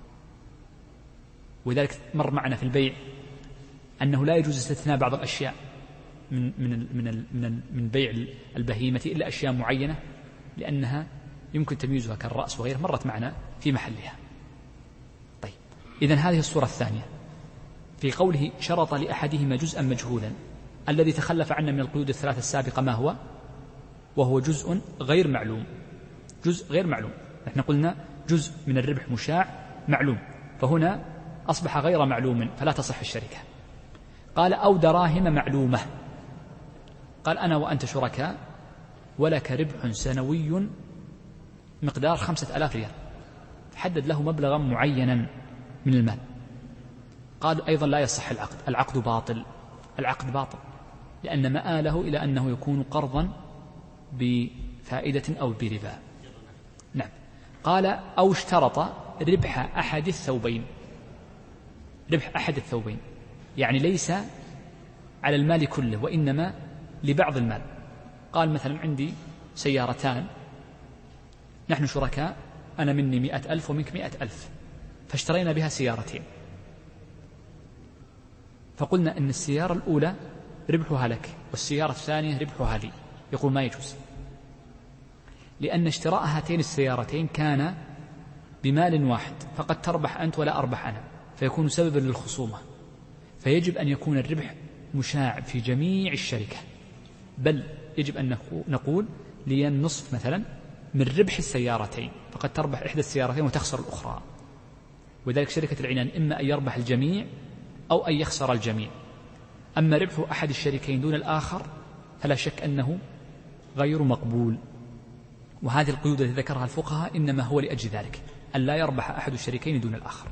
ولذلك مر معنا في البيع أنه لا يجوز استثناء بعض الأشياء من من من من من بيع البهيمة إلا أشياء معينة لأنها يمكن تمييزها كالرأس وغيره، مرت معنا في محلها. طيب، إذن هذه الصورة الثانية في قوله شرط لأحدهما جزءا مجهولا. الذي تخلف عنا من القيود الثلاثة السابقة ما هو؟ وهو جزء غير معلوم، جزء غير معلوم. نحن قلنا جزء من الربح مشاع معلوم، فهنا أصبح غير معلوم فلا تصح الشركة. قال أو دراهم معلومة، قال أنا وأنت شركاء ولك ربح سنوي مقدار خمسة ألاف ريال، حدد له مبلغا معينا من المال. قال أيضا لا يصح العقد، العقد باطل، العقد باطل لأن مآله إلى أنه يكون قرضا بفائدة أو بربا. نعم. قال أو اشترط ربح أحد الثوبين، ربح أحد الثوبين يعني ليس على المال كله وإنما لبعض المال. قال مثلا عندي سيارتان نحن شركاء، أنا مني مئة ألف ومنك مئة ألف، فاشترينا بها سيارتين، فقلنا أن السيارة الأولى ربحها لك والسيارة الثانية ربحها لي. يقول ما يجوز، لأن اشتراء هاتين السيارتين كان بمال واحد، فقد تربح أنت ولا أربح أنا، فيكون سببا للخصومة. فيجب أن يكون الربح مشاع في جميع الشركة، بل يجب أن نقول لي النصف مثلا من ربح السيارتين، فقد تربح إحدى السيارتين وتخسر الأخرى. وذلك شركة العنان إما أن يربح الجميع أو أن يخسر الجميع. أما ربح أحد الشريكين دون الآخر فلا شك أنه غير مقبول. وهذه القيود التي ذكرها الفقهاء إنما هو لأجل ذلك، أن لا يربح أحد الشريكين دون الآخر.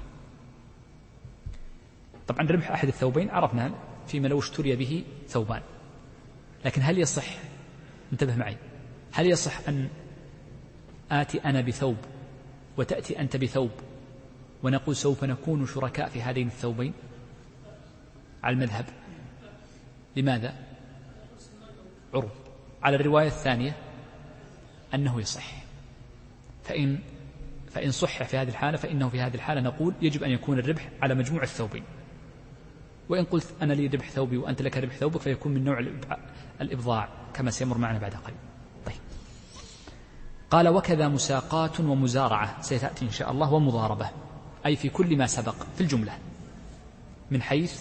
طبعا ربح أحد الثوبين عرفنا فيما لو اشتري به ثوبان، لكن هل يصح، انتبه معي، هل يصح أن آتي أنا بثوب وتأتي أنت بثوب ونقول سوف نكون شركاء في هذين الثوبين على المذهب؟ لماذا؟ عروض. على الرواية الثانية أنه يصح، فإن فإن صح في هذه الحالة فإنه في هذه الحالة نقول يجب أن يكون الربح على مجموع الثوبين. وإن قلت أنا لي ربح ثوبي وأنت لك ربح ثوبك فيكون من نوع الإبضاع كما سيمر معنا بعد قليل. طيب. قال وكذا مساقات ومزارعة سيتأتي إن شاء الله، ومضاربة، أي في كل ما سبق في الجملة من حيث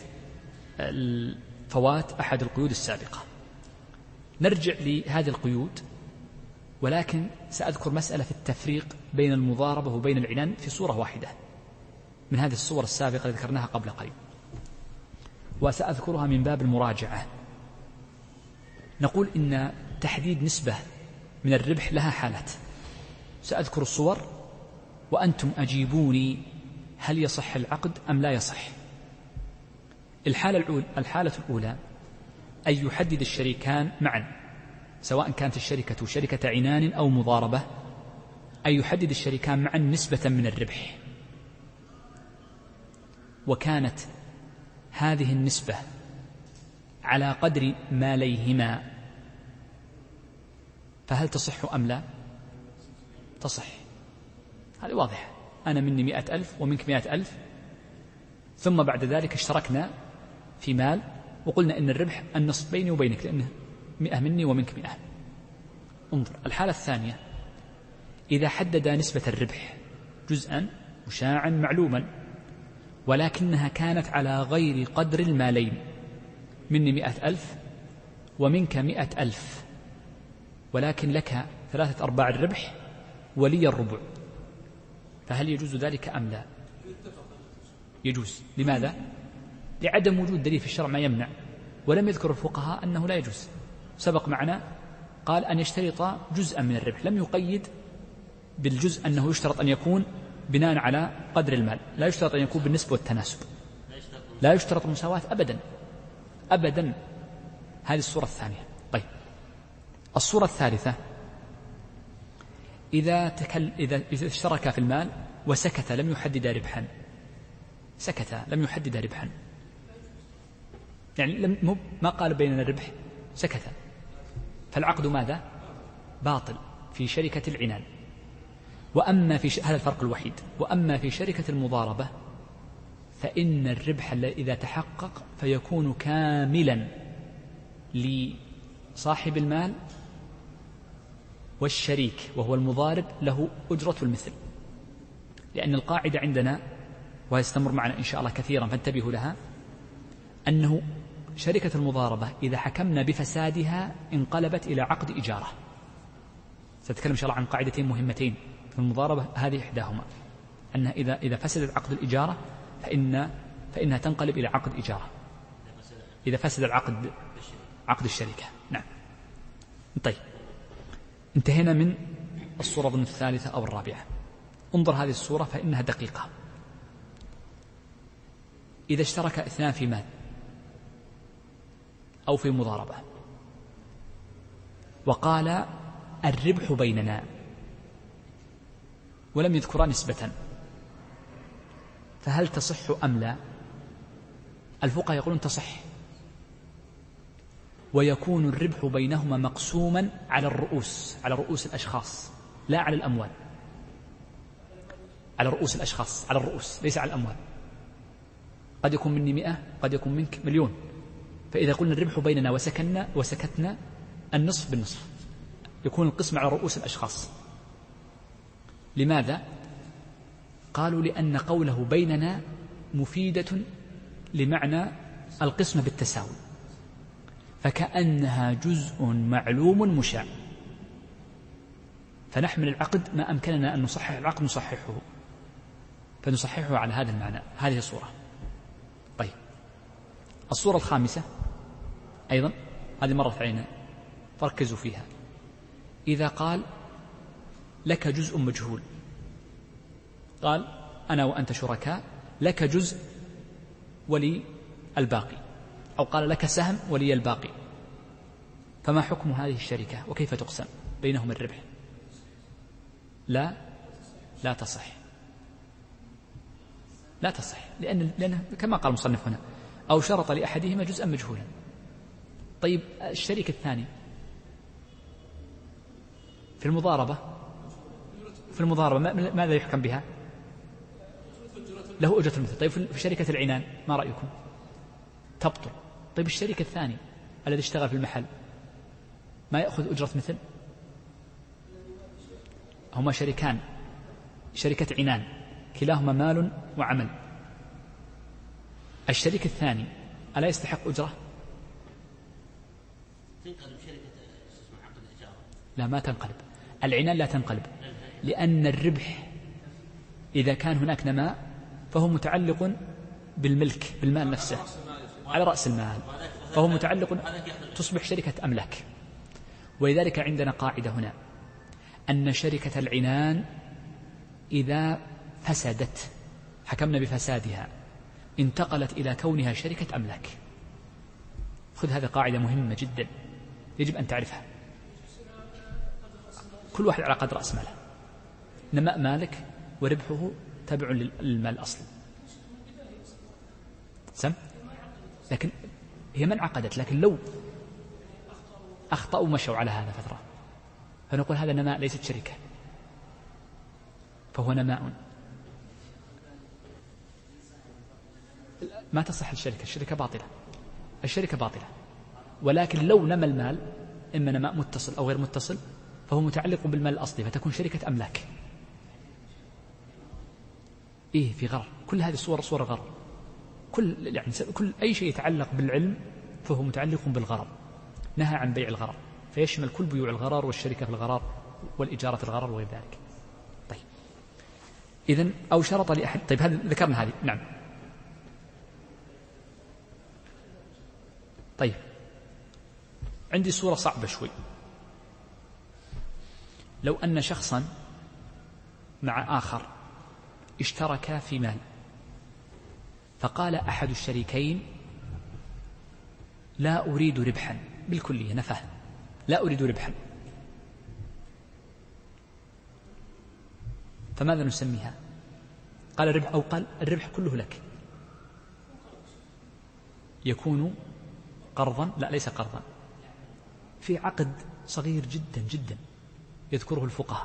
فوات أحد القيود السابقة. نرجع لهذه القيود، ولكن سأذكر مسألة في التفريق بين المضاربة وبين العنان في صورة واحدة من هذه الصور السابقة التي ذكرناها قبل قليل، وسأذكرها من باب المراجعة. نقول إن تحديد نسبة من الربح لها حالات، سأذكر الصور وأنتم أجيبوني هل يصح العقد أم لا يصح. الحالة الأولى, الحالة الأولى أن يحدد الشريكان معا، سواء كانت الشركة شركة عنان أو مضاربة، أن يحدد الشريكان معا نسبة من الربح، وكانت هذه النسبة على قدر ماليهما، فهل تصح أم لا؟ تصح، هذا واضح. أنا مني مئة ألف ومنك مئة ألف، ثم بعد ذلك اشتركنا في مال وقلنا إن الربح النصف بيني وبينك لأنه مئة مني ومنك مئة. انظر الحالة الثانية، إذا حدد نسبة الربح جزءا مشاعا معلوما ولكنها كانت على غير قدر المالين، مني مئة ألف ومنك مئة ألف، ولكن لك ثلاثة أرباع الربح ولي الربع، فهل يجوز ذلك أم لا؟ يجوز. لماذا؟ لعدم وجود دليل في الشرع ما يمنع، ولم يذكر الفقهاء أنه لا يجوز. سبق معنا قال أن يشترط جزءا من الربح، لم يقيد بالجزء أنه يشترط أن يكون بناء على قدر المال، لا يشترط أن يكون بالنسبة والتناسب، لا يشترط المساواة أبدا أبدا. هذه الصورة الثانية. طيب الصورة الثالثة، إذا, تكل إذا اشترك في المال وسكت لم يحدد ربحا، سكت لم يحدد ربحا، يعني لم ما قال بيننا الربح، سكت، فالعقد ماذا؟ باطل في شركة العنان. وأما في ش... هذا الفرق الوحيد. وأما في شركة المضاربة فإن الربح إذا تحقق فيكون كاملا لصاحب المال، والشريك وهو المضارب له أجرة المثل، لأن القاعدة عندنا ويستمر معنا إن شاء الله كثيرا فانتبهوا لها، أنه شركة المضاربة إذا حكمنا بفسادها انقلبت إلى عقد إجارة. سأتكلم إن شاء الله عن قاعدتين مهمتين في المضاربة، هذه إحداهما أنها إذا إذا فسدت عقد الإجارة فإن فإنها تنقلب إلى عقد إجارة إذا فسد العقد عقد الشركة. نعم. طيب انتهينا من الصورة ضمن الثالثة أو الرابعة. انظر هذه الصورة فإنها دقيقة. إذا اشترك اثنان في مال أو في مضاربة وقال الربح بيننا ولم يذكر نسبة، فهل تصح أم لا؟ الفقهاء يقولون تصح، ويكون الربح بينهما مقسوما على الرؤوس، على رؤوس الأشخاص لا على الأموال، على رؤوس الأشخاص، على الرؤوس ليس على الأموال. قد يكون مني مئة قد يكون منك مليون، فإذا قلنا الربح بيننا وسكننا وسكتنا النصف بالنصف، يكون القسم على رؤوس الأشخاص. لماذا؟ قالوا لأن قوله بيننا مفيدة لمعنى القسمة بالتساوي، فكأنها جزء معلوم مشاع، فنحمل العقد ما أمكننا أن نصحح العقد نصححه، فنصححه على هذا المعنى. هذه الصورة. طيب الصورة الخامسة أيضا هذه مرت علينا فركزوا فيها. إذا قال لك جزء مجهول، قال أنا وأنت شركاء، لك جزء ولي الباقي، أو قال لك سهم ولي الباقي، فما حكم هذه الشركة وكيف تقسم بينهم الربح؟ لا لا تصح، لا تصح، لأن, لأن كما قال المصنف هنا أو شرط لأحدهما جزءا مجهولا. طيب الشريك الثاني في المضاربة في المضاربة ماذا يحكم بها؟ له أجرة المثل. طيب في شركة العنان ما رأيكم؟ تبطل. طيب الشريك الثاني الذي اشتغل في المحل ما يأخذ أجرة مثل؟ هما شريكان، شركة عنان كلاهما مال وعمل، الشريك الثاني ألا يستحق أجرة؟
تنقلب شركة اسمها عقد الإجارة؟
لا ما تنقلب، العنان لا تنقلب، لأن الربح إذا كان هناك نماء فهو متعلق بالملك، بالمال نفسه على رأس المال، فهو متعلق، تصبح شركة أملاك. ولذلك عندنا قاعدة هنا أن شركة العنان إذا فسدت حكمنا بفسادها انتقلت إلى كونها شركة أملاك. خذ هذه قاعدة مهمة جدا يجب أن تعرفها. كل واحد على قدر رأس ماله، نماء مالك وربحه تبع للمال الأصلي. سم؟ لكن هي من عقدت، لكن لو أخطأوا مشوا على هذا فترة فنقول هذا نماء ليست شركة، فهو نماء. ما تصح الشركة، الشركة باطلة، الشركة باطلة. ولكن لو نمى المال إما نماء متصل أو غير متصل فهو متعلق بالمال الأصلي، فتكون شركة أملاك. إيه في غرر، كل هذه صور صور غرر، كل يعني كل أي شيء يتعلق بالعلم فهو متعلق بالغرر. نهى عن بيع الغرر، فيشمل كل بيوع الغرر والشركة في الغرر والإجارة في الغرر وغير ذلك. طيب إذن أو شرط لأحد. طيب هذا ذكرنا هذه. نعم. طيب عندي صورة صعبة شوي. لو أن شخصا مع آخر اشتركا في مال، فقال أحد الشريكين لا أريد ربحا، بالكلية نفاه، لا أريد ربحا، فماذا نسميها؟ قال الربح أو قال الربح كله لك، يكون قرضا؟ لا ليس قرضا، في عقد صغير جدا جدا يذكره الفقهاء،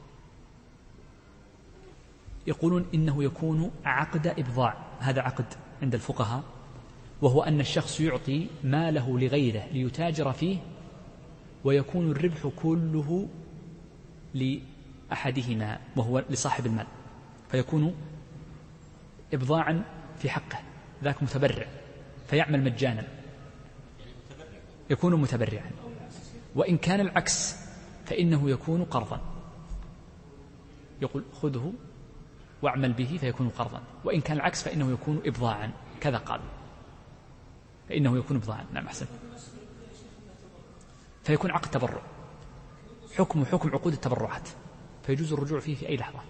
يقولون إنه يكون عقد إبضاع. هذا عقد عند الفقهاء، وهو أن الشخص يعطي ماله لغيره ليتاجر فيه، ويكون الربح كله لأحدهما وهو لصاحب المال، فيكون إبضاعا في حقه، ذاك متبرع فيعمل مجانا، يكون متبرعا. وإن كان العكس فإنه يكون قرضا، يقول خذه واعمل به فيكون قرضا. وإن كان العكس فإنه يكون إبضاعا، كذا قال، فإنه يكون إبضاعا. نعم أحسن. فيكون عقد تبرع، حكم حكم عقود التبرعات، فيجوز الرجوع فيه في أي لحظة.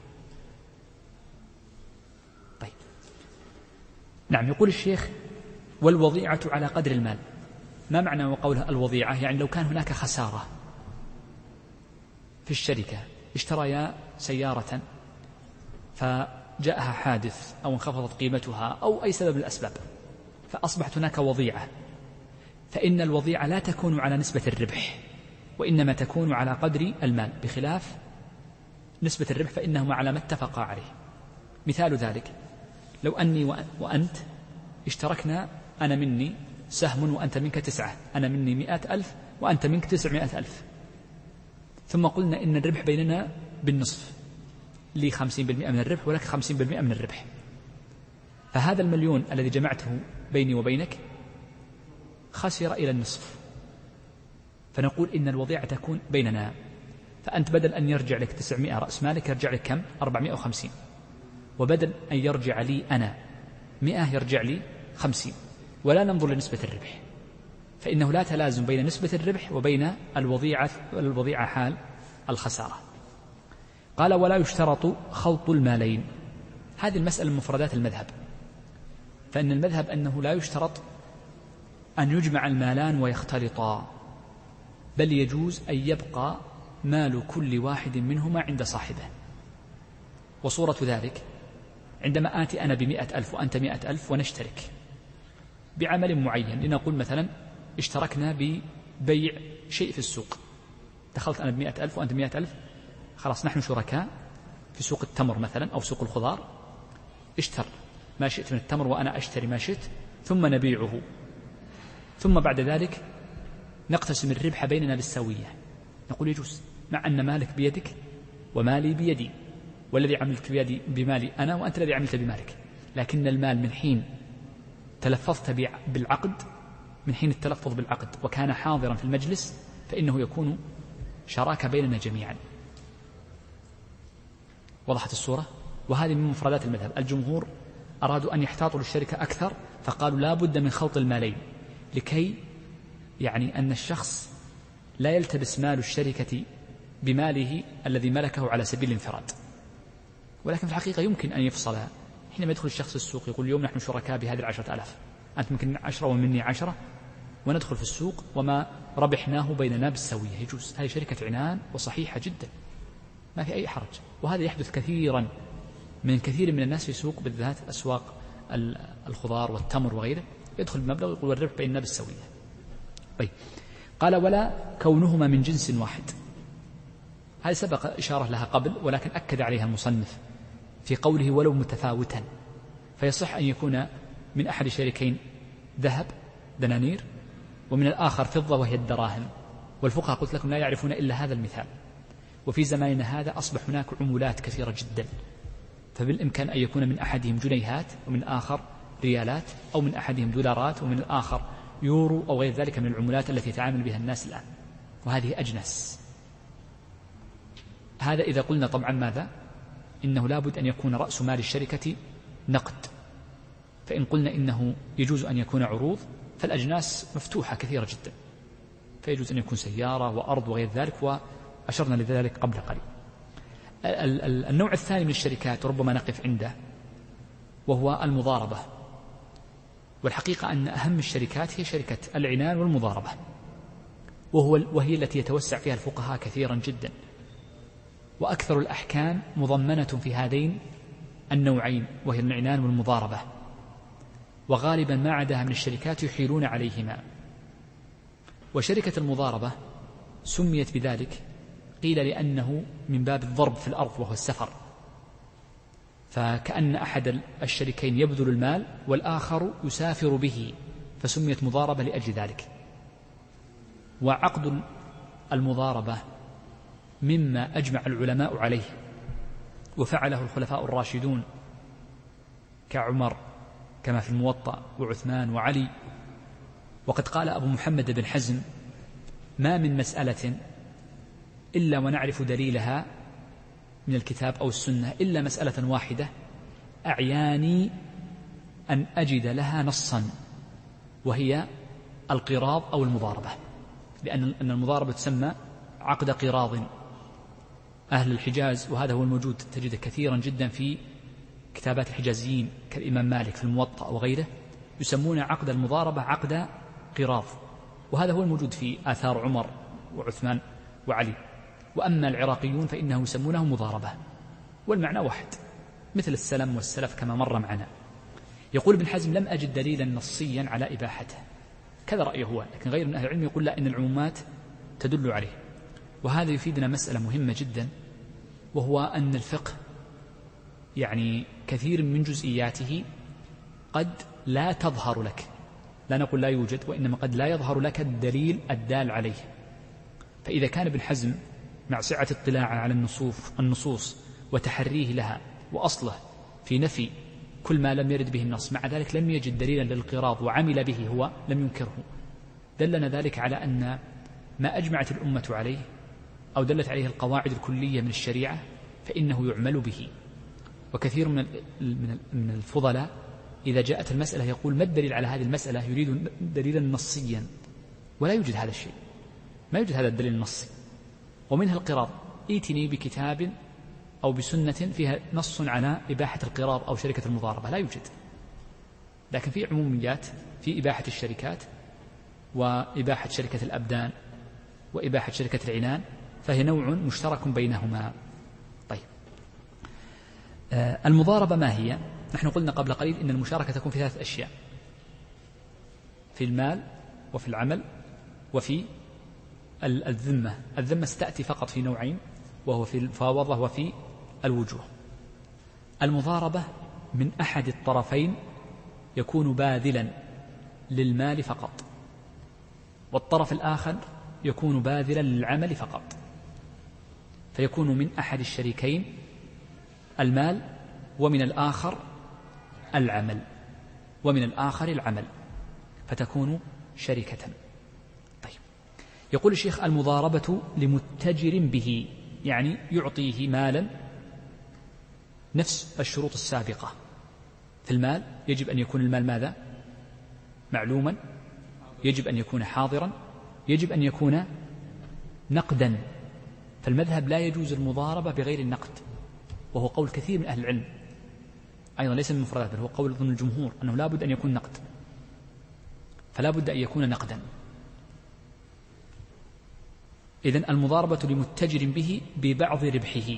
طيب نعم. يقول الشيخ والوضيعة على قدر المال. ما معنى وقوله الوضيعة؟ يعني لو كان هناك خسارة في الشركة، اشتريا سيارة فجاءها حادث أو انخفضت قيمتها أو أي سبب من الأسباب، فأصبحت هناك وضيعة، فإن الوضيعة لا تكون على نسبة الربح، وإنما تكون على قدر المال، بخلاف نسبة الربح فإنهما على ما اتفقا عليه. مثال ذلك لو أني وأنت اشتركنا، أنا مني سهم وأنت منك تسعة، أنا مني مئة ألف وأنت منك تسعمائة ألف، ثم قلنا إن الربح بيننا بالنصف، لي خمسين بالمئة من الربح ولك خمسين بالمئة من الربح، فهذا المليون الذي جمعته بيني وبينك خسر إلى النصف، فنقول إن الوضيعة تكون بيننا، فأنت بدل أن يرجع لك تسعمائة رأس مالك يرجع لك كم؟ أربعمائة وخمسين، وبدل أن يرجع لي أنا مئة يرجع لي خمسين، ولا ننظر لنسبة الربح، فإنه لا تلازم بين نسبة الربح وبين الوضيعة الوضيعة حال الخسارة. قال ولا يشترط خلط المالين. هذه المسألة من مفردات المذهب، فإن المذهب أنه لا يشترط أن يجمع المالان ويختلطا، بل يجوز أن يبقى مال كل واحد منهما عند صاحبه. وصورة ذلك عندما آتي أنا بمئة ألف وأنت مئة ألف ونشترك بعمل معين، لنقول مثلا اشتركنا ببيع شيء في السوق، دخلت أنا بمئة ألف وأنت بمئة ألف، خلاص نحن شركاء في سوق التمر مثلا أو سوق الخضار، اشتر ما شئت من التمر وأنا أشتري ما شئت، ثم نبيعه، ثم بعد ذلك نقتسم الربح بيننا بالسوية. نقول يجوز، مع أن مالك بيدك ومالي بيدي، والذي عملت بيدي بمالي أنا وأنت الذي عملت بمالك، لكن المال من حين تلفظت بالعقد، من حين التلفظ بالعقد وكان حاضرا في المجلس، فإنه يكون شراكة بيننا جميعا. وضحت الصورة؟ وهذه من مفردات المذهب. الجمهور أرادوا أن يحتاطوا للشركة أكثر، فقالوا لا بد من خلط المالين، لكي يعني أن الشخص لا يلتبس مال الشركة بماله الذي ملكه على سبيل الانفراد. ولكن في الحقيقة يمكن أن يفصل. حينما يدخل الشخص السوق يقول اليوم نحن شركاء بهذه العشرة ألاف، أنت ممكن عشرة ومني عشرة، وندخل في السوق وما ربحناه بيننا بالسوية، يجوز. هذه شركة عنان وصحيحة جدا، ما في أي حرج. وهذا يحدث كثيرا من كثير من الناس في سوق، بالذات أسواق الخضار والتمر وغيره، يدخل بمبلغ يقول الربح بيننا بالسوية. طيب قال ولا كونهما من جنس واحد. هذه سبق إشارة لها قبل، ولكن أكد عليها المصنف في قوله ولو متفاوتا، فيصح أن يكون من أحد الشريكين ذهب دنانير، ومن الآخر فضة وهي الدراهم، والفقهاء قلت لكم لا يعرفون إلا هذا المثال. وفي زماننا هذا أصبح هناك عمولات كثيرة جدا، فبالإمكان أن يكون من أحدهم جنيهات ومن الآخر ريالات، أو من أحدهم دولارات ومن الآخر يورو أو غير ذلك من العملات التي يتعامل بها الناس الآن، وهذه أجنس. هذا إذا قلنا طبعا ماذا؟ إنه لابد أن يكون رأس مال الشركة نقد. فإن قلنا إنه يجوز أن يكون عروض فالأجناس مفتوحة كثيرة جدا، فيجوز أن يكون سيارة وأرض وغير ذلك، وأشرنا لذلك قبل قليل. النوع الثاني من الشركات ربما نقف عنده وهو المضاربة، والحقيقة أن أهم الشركات هي شركة العنان والمضاربة، وهو وهي التي يتوسع فيها الفقهاء كثيرا جدا، وأكثر الأحكام مضمنة في هذين النوعين وهي العنان والمضاربة، وغالبا ما عداها من الشركات يحيلون عليهما. وشركة المضاربة سميت بذلك قيل لأنه من باب الضرب في الأرض وهو السفر، فكأن أحد الشريكين يبذل المال والآخر يسافر به، فسميت مضاربة لأجل ذلك. وعقد المضاربة مما أجمع العلماء عليه وفعله الخلفاء الراشدون كعمر كما في الموطأ وعثمان وعلي. وقد قال أبو محمد بن حزم: ما من مسألة إلا ونعرف دليلها من الكتاب أو السنة إلا مسألة واحدة أعياني أن أجد لها نصا، وهي القراض أو المضاربة، لأن المضاربة تسمى عقد قراض. أهل الحجاز وهذا هو الموجود تجد كثيرا جدا في كتابات الحجازيين كالإمام مالك في الموطأ وغيره، يسمون عقد المضاربة عقد قراض، وهذا هو الموجود في آثار عمر وعثمان وعلي. وأما العراقيون فإنهم يسمونه مضاربة، والمعنى واحد مثل السلم والسلف كما مر معنا. يقول ابن حزم: لم أجد دليلا نصيا على إباحته، كذا رأيه هو، لكن غير من أهل العلم يقول لا، إن العمومات تدل عليه. وهذا يفيدنا مسألة مهمة جدا، وهو أن الفقه يعني كثير من جزئياته قد لا تظهر لك، لا نقول لا يوجد، وإنما قد لا يظهر لك الدليل الدال عليه. فإذا كان ابن حزم مع سعة اطلاع على النصوص النصوص وتحريه لها وأصله في نفي كل ما لم يرد به النص، مع ذلك لم يجد دليلا للقراض وعمل به هو لم ينكره، دلنا ذلك على أن ما أجمعت الأمة عليه أو دلت عليه القواعد الكلية من الشريعة فإنه يعمل به. وكثير من من الفضلاء إذا جاءت المسألة يقول: ما الدليل على هذه المسألة؟ يريد دليلا نصيا، ولا يوجد هذا الشيء، ما يوجد هذا الدليل النصي. ومنها القراض، ائتني بكتاب أو بسنة فيها نص على إباحة القراض أو شركة المضاربة، لا يوجد. لكن في عموميات في إباحة الشركات وإباحة شركة الأبدان وإباحة شركة العنان، فهي نوع مشترك بينهما. طيب، آه المضاربة ما هي؟ نحن قلنا قبل قليل إن المشاركة تكون في ثلاث أشياء: في المال وفي العمل وفي الذمة. الذمة ستأتي فقط في نوعين، وهو في الفاوضة وفي الوجوه. المضاربة من أحد الطرفين يكون باذلا للمال فقط، والطرف الآخر يكون باذلا للعمل فقط، فيكون من أحد الشريكين المال ومن الآخر العمل ومن الآخر العمل، فتكون شركة. طيب، يقول الشيخ: المضاربة لمتجر به، يعني يعطيه مالا نفس الشروط السابقة. في المال يجب أن يكون المال ماذا؟ معلوما، يجب أن يكون حاضرا، يجب أن يكون نقدا. فالمذهب لا يجوز المضاربة بغير النقد، وهو قول كثير من أهل العلم أيضا، ليس من مفردات، بل هو قول ضمن الجمهور أنه لا بد أن يكون نقد، فلا بد أن يكون نقدا. إذن المضاربة لمتجر به ببعض ربحه،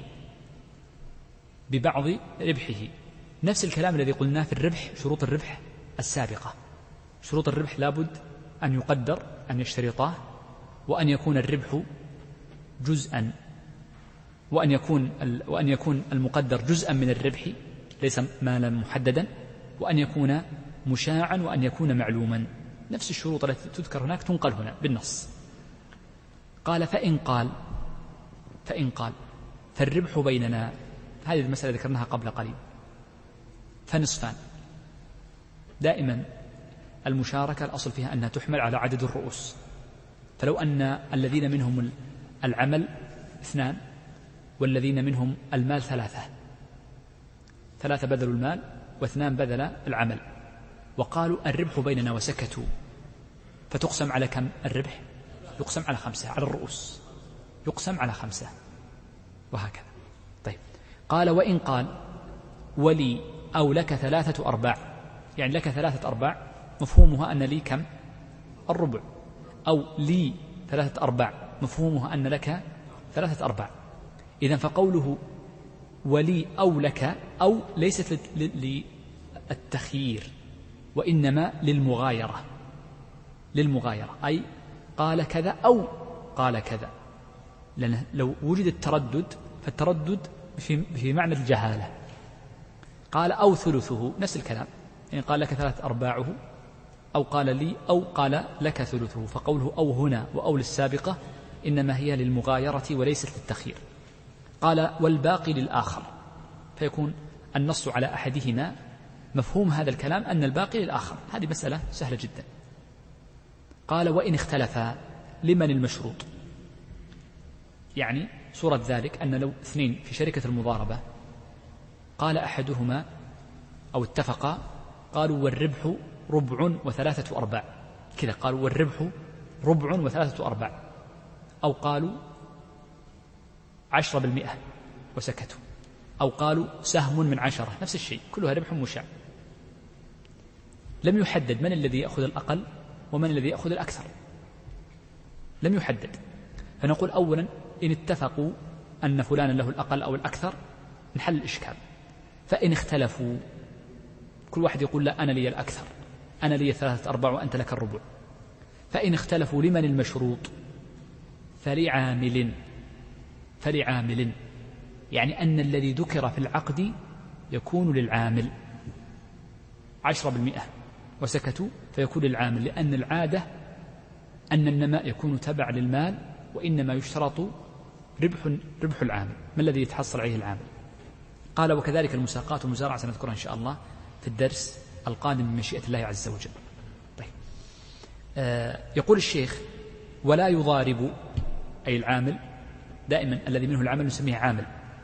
ببعض ربحه. نفس الكلام الذي قلناه في الربح، شروط الربح السابقة. شروط الربح لابد أن يقدر، أن يشترطاه، وأن يكون الربح جزءا، وأن يكون وأن يكون المقدر جزءا من الربح ليس مالا محددا، وأن يكون مشاعا وأن يكون معلوما. نفس الشروط التي تذكر هناك تنقل هنا بالنص. قال فإن قال فإن قال فالربح بيننا، هذه المسألة ذكرناها قبل قليل، فنصفان. دائما المشاركة الأصل فيها أنها تحمل على عدد الرؤوس، فلو أن الذين منهم العمل اثنان والذين منهم المال ثلاثة، ثلاثة بذلوا المال واثنان بذل العمل، وقالوا الربح بيننا وسكتوا، فتقسم على كم الربح؟ يقسم على خمسة، على الرؤوس يقسم على خمسة، وهكذا. طيب قال وإن قال ولي أو لك ثلاثة أرباع، يعني لك ثلاثة أرباع مفهومها أن لي كم؟ الربع، أو لي ثلاثة أرباع مفهومها أن لك ثلاثة أرباع. إذن فقوله ولي أو لك أو ليست للتخيير وإنما للمغايرة، للمغايرة أي قال كذا أو قال كذا، لأن لو وجد التردد فالتردد في معنى الجهالة. قال أو ثلثه نفس الكلام، يعني قال لك ثلاث أرباعه أو قال لي أو قال لك ثلثه، فقوله أو هنا وأو للسابقة إنما هي للمغايرة وليست للتخيير. قال والباقي للآخر، فيكون النص على أحدهما مفهوم هذا الكلام أن الباقي للآخر، هذه مسألة سهلة جدا. قال وإن اختلفا لمن المشروط، يعني صورة ذلك أن لو اثنين في شركة المضاربة قال أحدهما أو اتفقا قالوا والربح ربع وثلاثة أرباع كذا، قالوا والربح ربع وثلاثة أرباع، أو قالوا عشرة بالمئة وسكتوا، أو قالوا سهم من عشرة، نفس الشيء كلها ربح مشاع. لم يحدد من الذي يأخذ الأقل ومن الذي يأخذ الأكثر، لم يحدد. فنقول أولا إن اتفقوا أن فلان له الأقل أو الأكثر نحل الإشكال. فإن اختلفوا كل واحد يقول لا أنا لي الأكثر، أنا لي ثلاثة أرباع وأنت لك الربع. فإن اختلفوا لمن المشروط؟ فلعامل، فلعامل يعني أن الذي ذكر في العقد يكون للعامل، عشرة بالمئة وسكتوا فيكون للعامل، لأن العادة أن النماء يكون تبع للمال، وإنما يشترط ربح, ربح العامل، ما الذي يتحصل عليه العامل. قال وكذلك المساقات والمزارعة سنذكرها إن شاء الله في الدرس القادم من مشيئة الله عز وجل. طيب. آه يقول الشيخ ولا يضارب، أي العامل دائما الذي منه العمل نسميه عامل،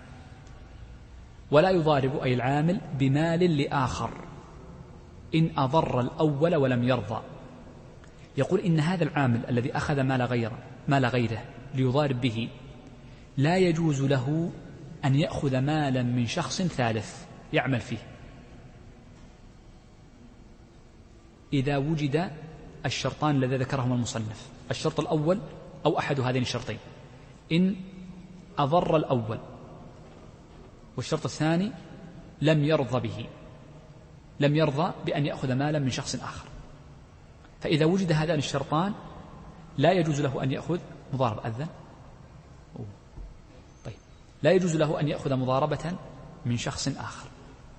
ولا يضارب أي العامل بمال لآخر إن أضر الأول ولم يرضى. يقول إن هذا العامل الذي أخذ مال غيره مال غيره ليضارب به لا يجوز له أن يأخذ مالا من شخص ثالث يعمل فيه إذا وجد الشرطان الذي ذكرهما المصنف. الشرط الأول أو أحد هذين الشرطين إن أضر الأول، والشرط الثاني لم يرضى به، لم يرضى بأن يأخذ مالا من شخص آخر. فإذا وجد هذان الشرطان لا يجوز له أن يأخذ مضاربة. أذن طيب لا يجوز له أن يأخذ مضاربة من شخص آخر.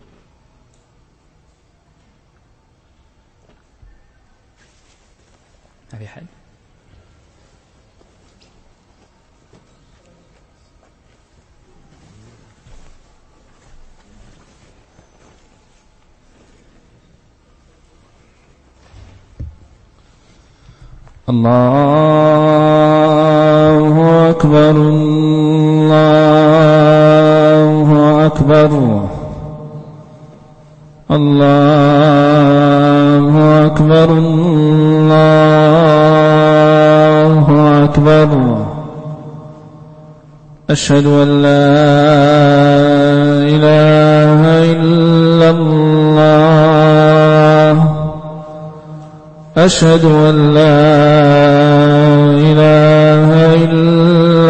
ما في حد؟
الله أكبر الله أكبر الله أكبر الله أكبر. أشهد أن لا إله إلا الله، أشهد أن لا إله إلا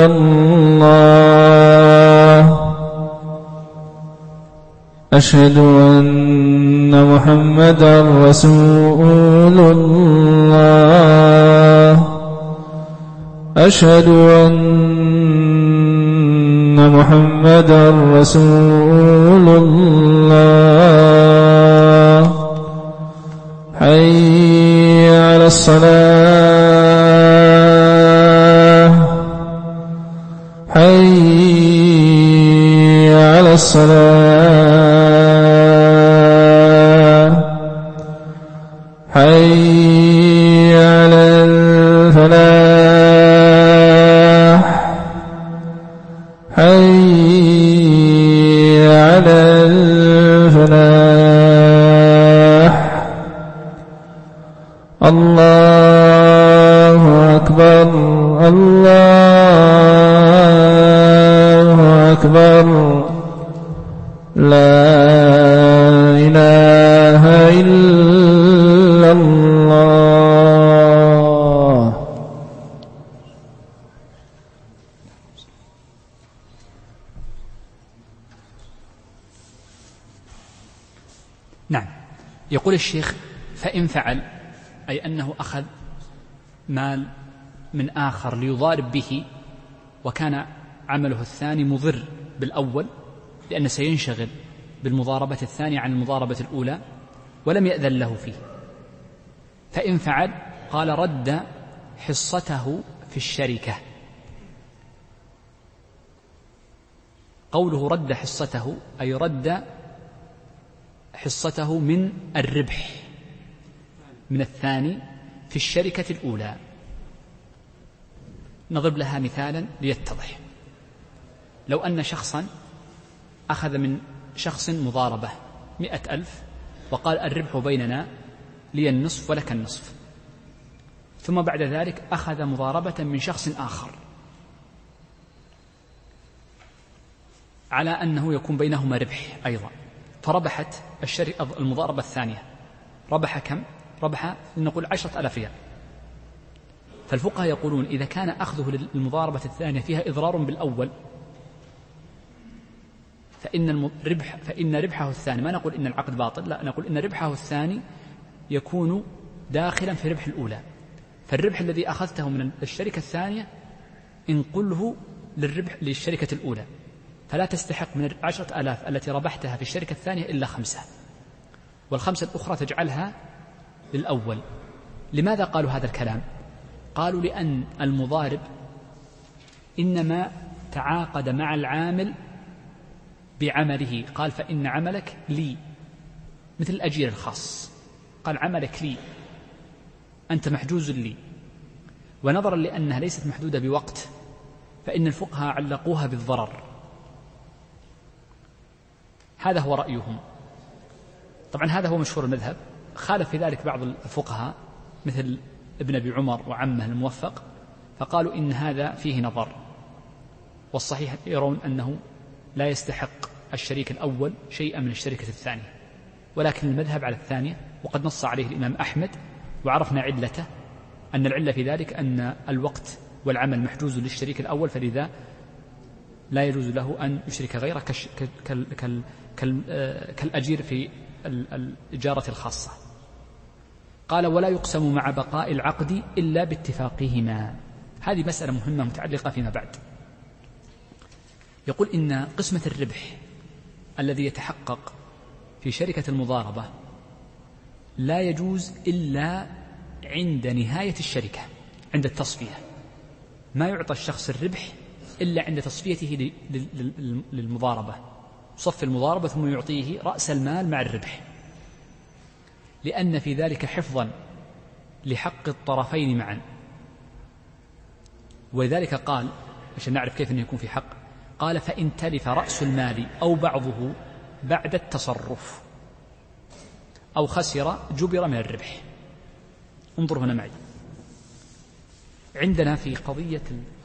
الله، أشهد أن محمدا رسول الله، أشهد أن محمدا رسول الله. الصلاة حي على الصلاة حي على الفلاح حي على الفلاح الله أكبر الله أكبر لا إله إلا الله.
نعم. يقول الشيخ: فإن فعل، أي أنه أخذ مال من آخر ليضارب به، وكان عمله الثاني مضر بالأول لأنه سينشغل بالمضاربة الثانية عن المضاربة الأولى ولم يأذن له فيه. فإن فعل قال: رد حصته في الشركة. قوله رد حصته أي رد حصته من الربح من الثاني في الشركة الأولى. نضرب لها مثالا ليتضح. لو أن شخصا أخذ من شخص مضاربة مئة ألف وقال: الربح بيننا لي النصف ولك النصف، ثم بعد ذلك أخذ مضاربة من شخص آخر على أنه يكون بينهما ربح أيضا، فربحت الشركة المضاربة الثانية. ربح كم؟ ربح نقول عشرة ألاف ريال. فالفقهاء يقولون إذا كان أخذه للمضاربة الثانية فيها إضرار بالأول فإن الربح فإن ربحه الثاني، ما نقول إن العقد باطل، لا، نقول إن ربحه الثاني يكون داخلا في ربح الأولى. فالربح الذي أخذته من الشركة الثانية انقله للربح للشركة الأولى، فلا تستحق من العشرة ألاف التي ربحتها في الشركة الثانية إلا خمسة، والخمسة الأخرى تجعلها للأول. لماذا قالوا هذا الكلام؟ قالوا لأن المضارب إنما تعاقد مع العامل بعمله. قال: فإن عملك لي، مثل الأجير الخاص، قال: عملك لي، أنت محجوز لي. ونظرا لأنها ليست محدودة بوقت فإن الفقهاء علقوها بالضرر. هذا هو رأيهم. طبعا هذا هو مشهور المذهب. خالف في ذلك بعض الفقهاء مثل ابن أبي عمر وعمه الموفق، فقالوا إن هذا فيه نظر، والصحيح يرون أنه لا يستحق الشريك الأول شيئا من الشركة الثانية، ولكن المذهب على الثانية، وقد نص عليه الإمام أحمد وعرفنا علته، أن العلة في ذلك أن الوقت والعمل محجوز للشريك الأول، فلذا لا يجوز له أن يشرك غيره كالأجير في الإجارة الخاصة. قال: ولا يقسم مع بقاء العقد إلا باتفاقهما. هذه مسألة مهمة متعلقة فيما بعد. يقول إن قسمة الربح الذي يتحقق في شركة المضاربة لا يجوز إلا عند نهاية الشركة، عند التصفية. ما يعطى الشخص الربح إلا عند تصفيته للمضاربة، صف المضاربة ثم يعطيه رأس المال مع الربح، لأن في ذلك حفظا لحق الطرفين معا. ولذلك قال، عشان نعرف كيف أنه يكون في حق، قال: فإن تلف رأس المال أو بعضه بعد التصرف أو خسر جبر من الربح. انظروا هنا معي. عندنا في قضية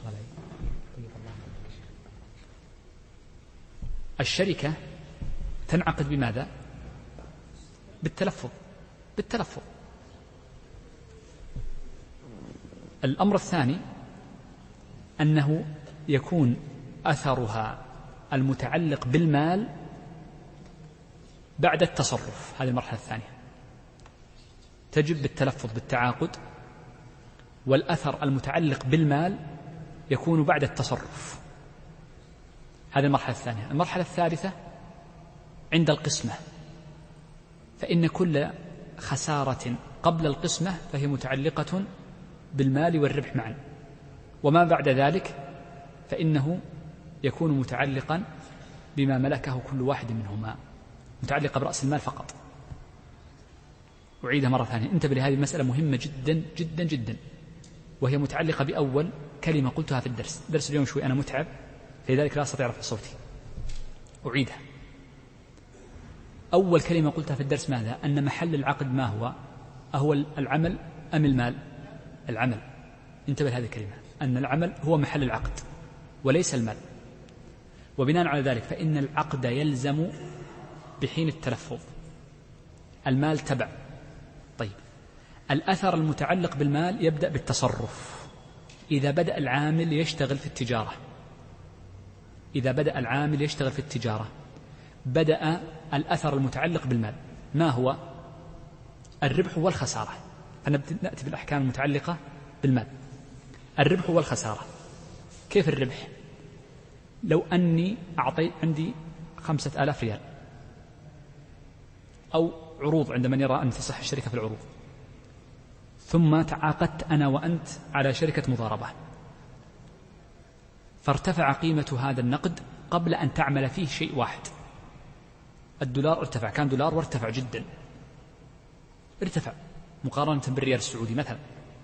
الشركة تنعقد بماذا؟ بالتلفظ بالتلفظ الأمر الثاني أنه يكون أثرها المتعلق بالمال بعد التصرف. هذه المرحلة الثانية، تجب بالتلفظ بالتعاقد، والأثر المتعلق بالمال يكون بعد التصرف. هذه المرحلة الثانية. المرحلة الثالثة عند القسمة، فإن كل خسارة قبل القسمة فهي متعلقة بالمال والربح معا، وما بعد ذلك فإنه يكون متعلقا بما ملكه كل واحد منهما، متعلقة برأس المال فقط. أعيدها مرة ثانية، انتبه لهذه المسألة مهمة جدا جدا جدا، وهي متعلقة بأول كلمة قلتها في الدرس. درس اليوم شوي أنا متعب، فلذلك لا أستطيع رفع صوتي. أعيدها. أول كلمة قلتها في الدرس ماذا؟ أن محل العقد ما هو؟ أهو العمل أم المال؟ العمل. انتبه لهذه الكلمة، أن العمل هو محل العقد وليس المال. وبناء على ذلك فإن العقد يلزم بحين التلفظ، المال تبع. طيب، الأثر المتعلق بالمال يبدأ بالتصرف. إذا بدأ العامل يشتغل في التجارة إذا بدأ العامل يشتغل في التجارة بدأ الأثر المتعلق بالمال. ما هو؟ الربح والخسارة. فنأتي بالأحكام المتعلقة بالمال. الربح والخسارة. كيف الربح؟ لو أني أعطي عندي خمسة آلاف ريال أو عروض عند من يرى أن تصح الشركة في العروض، ثم تعاقدت أنا وأنت على شركة مضاربة، فارتفع قيمة هذا النقد قبل أن تعمل فيه شيء واحد. الدولار ارتفع، كان دولار وارتفع جدا، ارتفع مقارنة بالريال السعودي مثلا.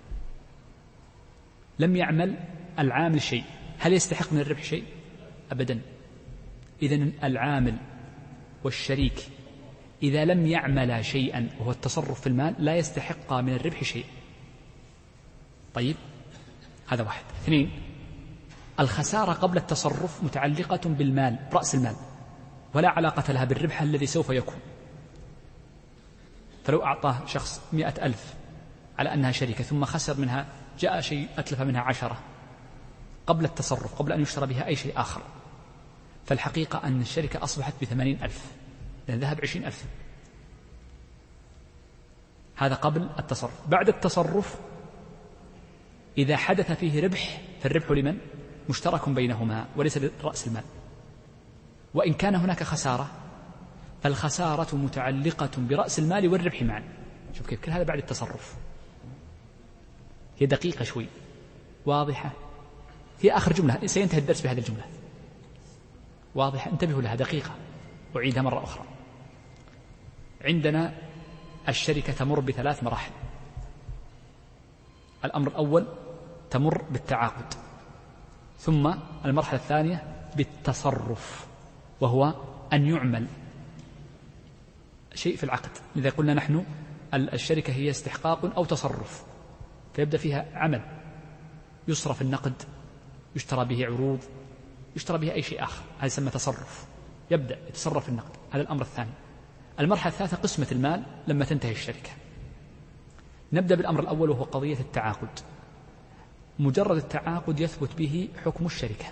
لم يعمل العامل شيء، هل يستحق من الربح شيء؟ أبدا. إذن العامل والشريك إذا لم يعمل شيئا وهو التصرف في المال لا يستحق من الربح شيء. طيب، هذا واحد. اثنين، الخسارة قبل التصرف متعلقة بالمال، رأس المال، ولا علاقة لها بالربح الذي سوف يكون. فلو أعطاه شخص مئة ألف على أنها شركة ثم خسر منها، جاء شيء أتلف منها عشرة قبل التصرف، قبل أن يشترى بها أي شيء آخر، فالحقيقة أن الشركة أصبحت بثمانين ألف، لأن ذهب عشرين ألف. هذا قبل التصرف. بعد التصرف إذا حدث فيه ربح فالربح لمن؟ مشترك بينهما وليس لرأس المال. وإن كان هناك خسارة فالخسارة متعلقة برأس المال والربح معا. شوف كيف، كل هذا بعد التصرف. هي دقيقة شوي، واضحة. هي آخر جملة، سينتهي الدرس بهذه الجملة، واضحة، انتبهوا لها، دقيقة. أعيدها مرة أخرى. عندنا الشركة تمر بثلاث مراحل. الأمر الأول تمر بالتعاقد، ثم المرحلة الثانية بالتصرف، وهو أن يعمل شيء في العقد. إذا قلنا نحن الشركة هي استحقاق أو تصرف، فيبدأ فيها عمل، يصرف النقد، يشترى به عروض، يشترى به أي شيء آخر، هذا يسمى تصرف، يبدأ يتصرف النقد. هذا الأمر الثاني. المرحلة الثالثة قسمة المال لما تنتهي الشركة. نبدأ بالأمر الأول وهو قضية التعاقد. مجرد التعاقد يثبت به حكم الشركة،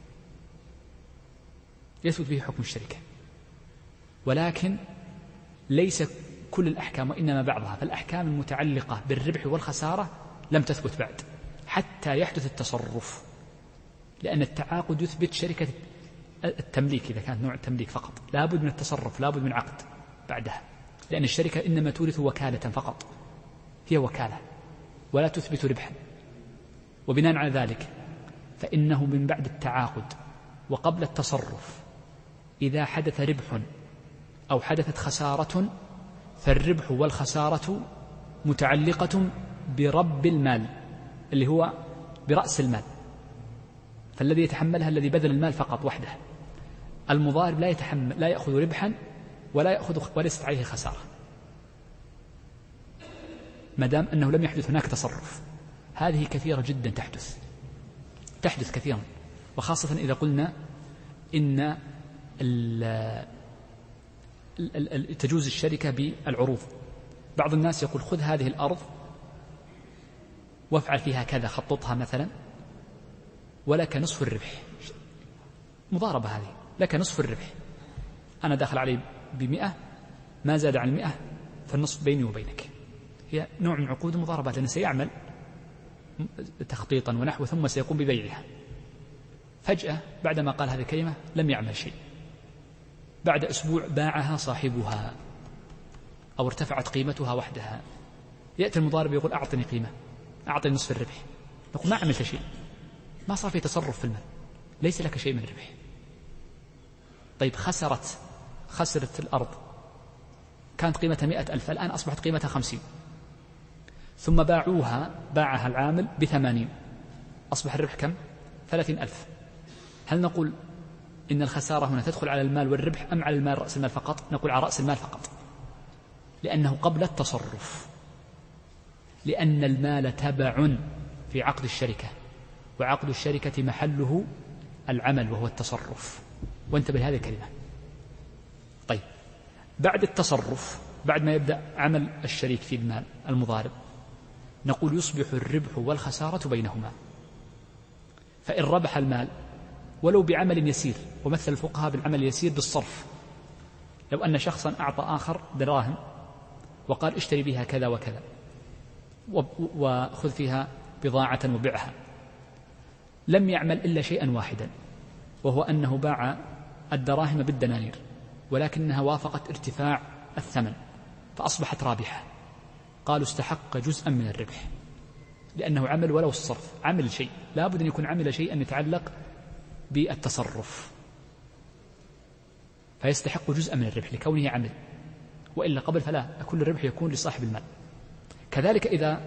يثبت به حكم الشركة، ولكن ليس كل الأحكام وإنما بعضها. فالأحكام المتعلقة بالربح والخسارة لم تثبت بعد حتى يحدث التصرف، لأن التعاقد يثبت شركة التمليك. إذا كانت نوع التمليك فقط لا بد من التصرف، لا بد من عقد بعدها، لأن الشركة إنما تورث وكالة فقط، هي وكالة ولا تثبت ربحا. وبناء على ذلك فإنه من بعد التعاقد وقبل التصرف إذا حدث ربح أو حدثت خسارة فالربح والخسارة متعلقة برب المال اللي هو برأس المال، فالذي يتحملها الذي بذل المال فقط وحده. المضارب لا يتحمل، لا يأخذ ربحا ولا يأخذ وليست عليه خسارة ما دام أنه لم يحدث هناك تصرف. هذه كثيرة جدا تحدث تحدث كثيرا، وخاصة إذا قلنا إن تجوز الشركة بالعروض. بعض الناس يقول خذ هذه الأرض وافعل فيها كذا، خططها مثلا، ولك نصف الربح. مضاربة هذه، لك نصف الربح، أنا داخل عليه بمئة، ما زاد عن مئة فالنصف بيني وبينك. هي نوع من عقود المضاربات، لأنه سيعمل تخطيطا ونحو ثم سيقوم ببيعها. فجأة بعدما قال هذه الكلمة لم يعمل شيء، بعد أسبوع باعها صاحبها أو ارتفعت قيمتها وحدها. يأتي المضارب يقول أعطني قيمة، أعطني نصف الربح، نقول ما عملت شيء، ما صار في تصرف في المال، ليس لك شيء من الربح. طيب خسرت خسرت الأرض، كانت قيمتها مئة ألف، الآن أصبحت قيمتها خمسين، ثم باعوها باعها العامل بثمانين، أصبح الربح كم؟ ثلاثين ألف. هل نقول إن الخسارة هنا تدخل على المال والربح أم على المال رأس المال فقط؟ نقول على رأس المال فقط، لأنه قبل التصرف، لأن المال تبع في عقد الشركة، وعقد الشركة محله العمل وهو التصرف، وانتبه لهذه الكلمة. طيب بعد التصرف، بعد ما يبدأ عمل الشريك في المال المضارب، نقول يصبح الربح والخسارة بينهما. فإن ربح المال ولو بعمل يسير، ومثل الفقهاء بالعمل اليسير بالصرف، لو أن شخصا أعطى آخر دراهم وقال اشتري بها كذا وكذا وخذ فيها بضاعة وبيعها، لم يعمل إلا شيئا واحدا، وهو أنه باع الدراهم بالدنانير، ولكنها وافقت ارتفاع الثمن فأصبحت رابحة، قالوا استحق جزءا من الربح، لأنه عمل ولو الصرف، عمل شيء، لا بد أن يكون عمل شيئا يتعلق بالتصرف، فيستحق جزءا من الربح لكونه عمل، وإلا قبل فلا، كل الربح يكون لصاحب المال. كذلك إذا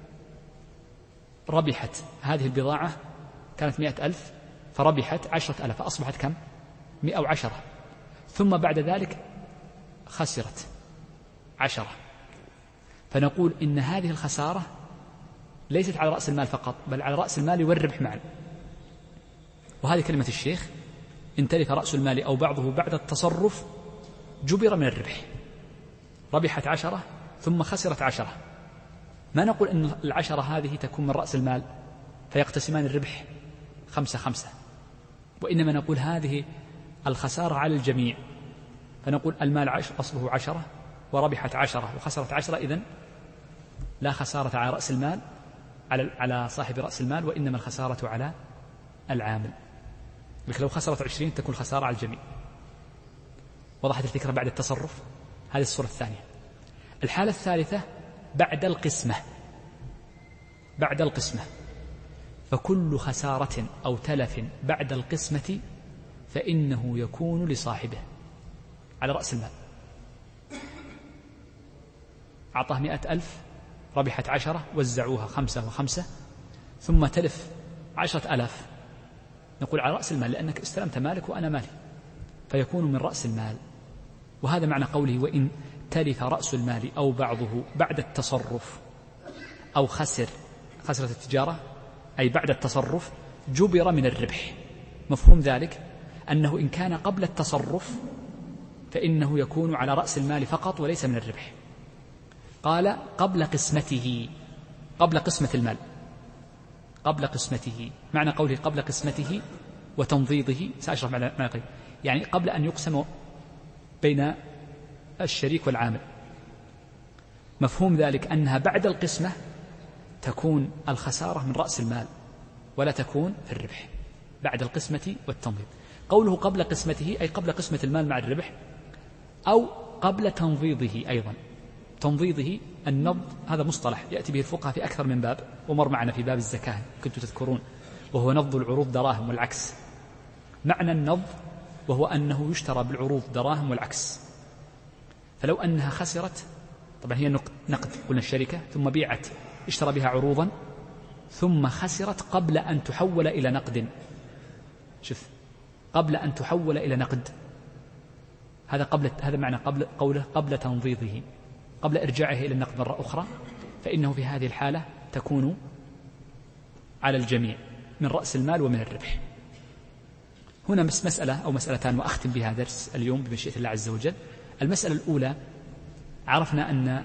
ربحت هذه البضاعة كانت مئة ألف فربحت عشرة ألف فأصبحت كم؟ مئة وعشرة، ثم بعد ذلك خسرت عشرة، فنقول إن هذه الخسارة ليست على رأس المال فقط، بل على رأس المال والربح معا. وهذه كلمة الشيخ: إن تلف رأس المال أو بعضه بعد التصرف جبر من الربح. ربحت عشرة ثم خسرت عشرة، ما نقول أن العشرة هذه تكون من رأس المال فيقتسمان الربح خمسة خمسة، وإنما نقول هذه الخسارة على الجميع، فنقول المال عشر أصله عشرة وربحت عشرة وخسرت عشرة، إذن لا خسارة على رأس المال على على صاحب رأس المال، وإنما الخسارة على العامل. لكن لو خسرت عشرين تكون خسارة على الجميع. وضحت الفكرة بعد التصرف؟ هذه الصورة الثانية. الحالة الثالثة بعد القسمة. بعد القسمة فكل خسارة أو تلف بعد القسمة فإنه يكون لصاحبه على رأس المال. أعطاه مئة ألف، ربحت عشرة، وزعوها خمسة وخمسة، ثم تلف عشرة ألاف، نقول على رأس المال لأنك استلمت مالك وأنا مالي، فيكون من رأس المال. وهذا معنى قوله: وإن تلف رأس المال أو بعضه بعد التصرف أو خسر، خسرت التجارة أي بعد التصرف، جبر من الربح. مفهوم ذلك أنه إن كان قبل التصرف فإنه يكون على رأس المال فقط وليس من الربح. قال قبل قسمته، قبل قسمة المال، قبل قسمته. معنى قوله قبل قسمته وتنضيضه سأشرح معنى قوله، يعني قبل أن يقسم بين الشريك والعامل. مفهوم ذلك أنها بعد القسمة تكون الخسارة من رأس المال ولا تكون في الربح، بعد القسمة والتنضيض. قوله قبل قسمته أي قبل قسمة المال مع الربح، أو قبل تنضيضه أيضا. تنضيضه النض هذا مصطلح يأتي به الفقهاء في أكثر من باب، ومر معنا في باب الزكاة كنتم تذكرون، وهو نض العروض دراهم والعكس. معنى النض وهو أنه يشترى بالعروض دراهم والعكس. فلو أنها خسرت، طبعا هي نقد قلنا الشركة، ثم بيعت اشترى بها عروضا، ثم خسرت قبل أن تحول إلى نقد. شوف، قبل أن تحول إلى نقد، هذا قبل، هذا معنى قبل قوله قبل تنضيضه، قبل إرجاعه إلى النقد مرة أخرى، فإنه في هذه الحالة تكون على الجميع من رأس المال ومن الربح. هنا بس مسألة أو مسألتان وأختم بها درس اليوم بمشيئة الله عز وجل. المسألة الأولى، عرفنا أن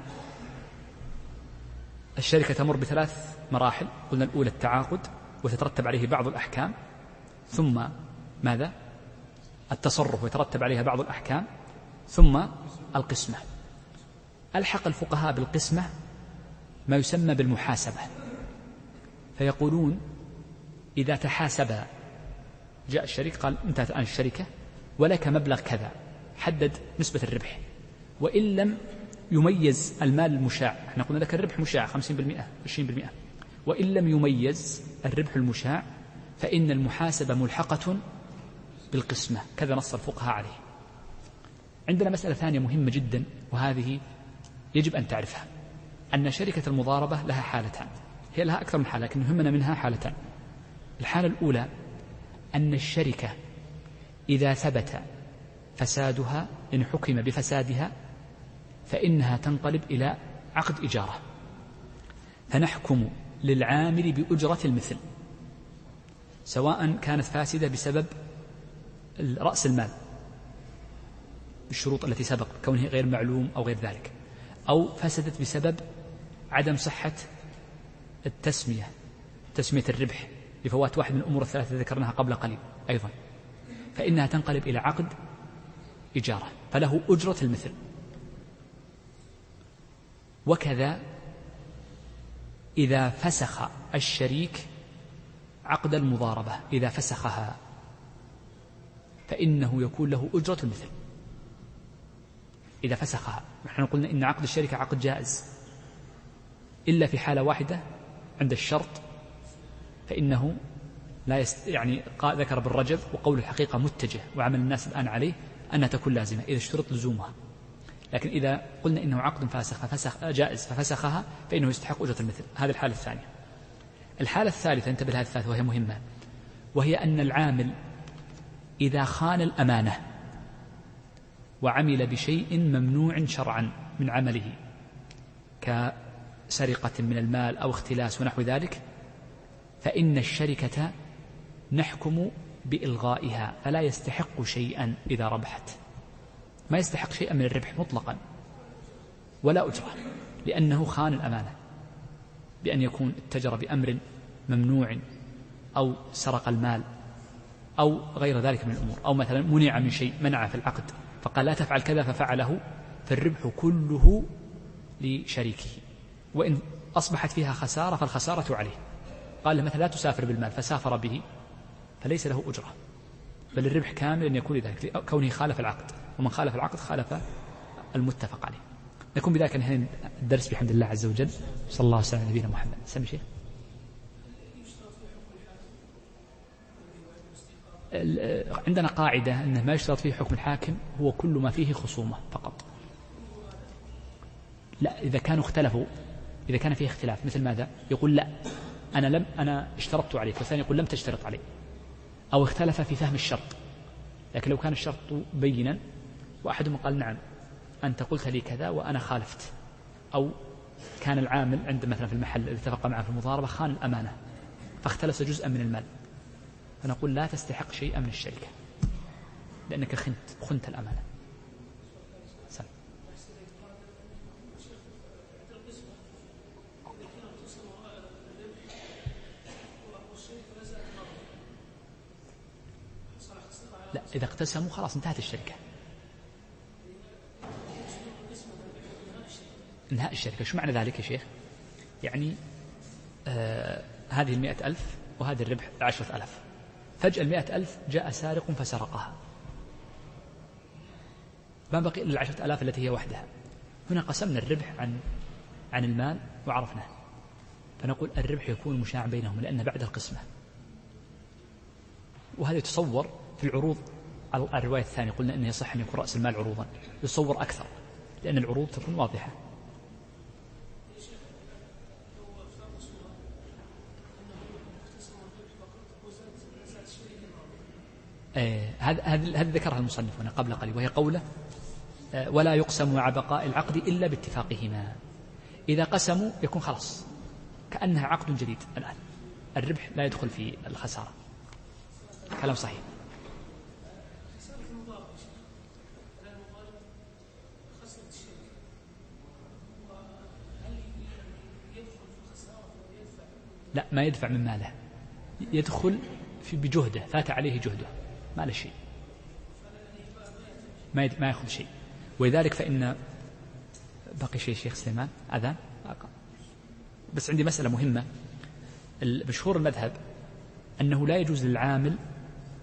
الشركة تمر بثلاث مراحل. قلنا الأولى التعاقد وتترتب عليه بعض الأحكام، ثم ماذا؟ التصرف ويترتب عليها بعض الأحكام، ثم القسمة. ألحق الفقهاء بالقسمة ما يسمى بالمحاسبة، فيقولون إذا تحاسب، جاء الشريك قال انتهت الآن الشركة ولك مبلغ كذا، حدد نسبة الربح، وإن لم يميز المال المشاع، احنا قلنا لك الربح مشاع خمسين بالمئة عشرين بالمئة، وإن لم يميز الربح المشاع فإن المحاسبة ملحقة بالقسمة، كذا نص الفقهاء عليه. عندنا مسألة ثانية مهمة جدا، وهذه يجب أن تعرفها، أن شركة المضاربة لها حالتان، هي لها أكثر من حالة لكن يهمنا منها حالتان. الحالة الأولى أن الشركة إذا ثبت فسادها إن حكم بفسادها فإنها تنقلب إلى عقد إجارة، فنحكم للعامل بأجرة المثل، سواء كانت فاسدة بسبب رأس المال بالشروط التي سبق كونه غير معلوم أو غير ذلك، أو فسدت بسبب عدم صحة التسمية، تسمية الربح لفوات واحد من الأمور الثلاثة ذكرناها قبل قليل أيضا، فإنها تنقلب إلى عقد إجارة فله أجرة المثل. وكذا إذا فسخ الشريك عقد المضاربة، إذا فسخها فإنه يكون له أجرة المثل إذا فسخها. نحن قلنا إن عقد الشركة عقد جائز إلا في حالة واحدة عند الشرط، فإنه لا يست... يعني ذكر بالرجب وقول الحقيقة متجه وعمل الناس الآن عليه أنها تكون لازمة إذا اشترط لزومها، لكن إذا قلنا إنه عقد فاسخ ففسخ جائز ففسخها فإنه يستحق أجرة المثل. هذه الحالة الثانية. الحالة الثالثة، انتبه لهذه الثالثة وهي مهمة، وهي أن العامل إذا خان الأمانة وعمل بشيء ممنوع شرعا من عمله كسرقة من المال أو اختلاس ونحو ذلك، فإن الشركة نحكم بإلغائها، فلا يستحق شيئا إذا ربحت، ما يستحق شيئا من الربح مطلقا ولا أجرة، لأنه خان الأمانة بأن يكون اتجر بأمر ممنوع أو سرق المال أو غير ذلك من الأمور، أو مثلا منع من شيء، منع في العقد فقال لا تفعل كذا ففعله، فالربح كله لشريكه، وإن أصبحت فيها خسارة فالخسارة عليه. قال له مثلا لا تسافر بالمال فسافر به فليس له أجرة، بل الربح كامل أن يكون ذلك كونه خالف العقد، ومن خالف العقد خالف المتفق عليه. نكون بذلك انهينا الدرس بحمد الله عز وجل، صلى الله عليه وسلم على نبينا محمد. سمي شيخ. عندنا قاعدة أنه ما يشترط فيه حكم الحاكم هو كل ما فيه خصومة فقط. لا، إذا كانوا اختلفوا، إذا كان فيه اختلاف مثل ماذا؟ يقول لا أنا لم أنا اشترطت عليك، والثاني يقول لم تشترط علي، أو اختلف في فهم الشرط. لكن لو كان الشرط بينا وأحدهم قال نعم أنت قلت لي كذا وأنا خالفت، أو كان العامل عند مثلا في المحل الذي اتفق معه في المضاربة خان الأمانة فاختلس جزءا من المال، فنقول لا تستحق شيئا من الشركة لأنك خنت خنت الأمانة. سم. لا، إذا اقتسموا خلاص انتهت الشركة، انهاء الشركة. شو معنى ذلك يا شيخ؟ يعني آه هذه المئة ألف وهذه الربح عشرة ألف، فجأة المئة ألف جاء سارق فسرقها، ما بقي إلا العشرة ألاف التي هي وحدها. هنا قسمنا الربح عن عن المال وعرفناه، فنقول الربح يكون مشاع بينهم لأن بعد القسمة. وهذا يتصور في العروض على الرواية الثانية، قلنا أنه يصح أن يكون رأس المال عروضا، يتصور أكثر لأن العروض تكون واضحة. هذا هذا ذكرها المصنف هنا قبل قليل، وهي قوله ولا يقسم مع بقاء العقد إلا باتفاقهما. إذا قسموا يكون خلاص كأنها عقد جديد الآن، الربح لا يدخل في الخسارة. كلام صحيح. لا، ما يدفع من ماله، يدخل في بجهده، فات عليه جهده، ما له شيء، ما ما يأخذ شيء. ولذلك فإن باقي شيء شيخ سليمان أذان. بس عندي مسألة مهمة، مشهور المذهب أنه لا يجوز للعامل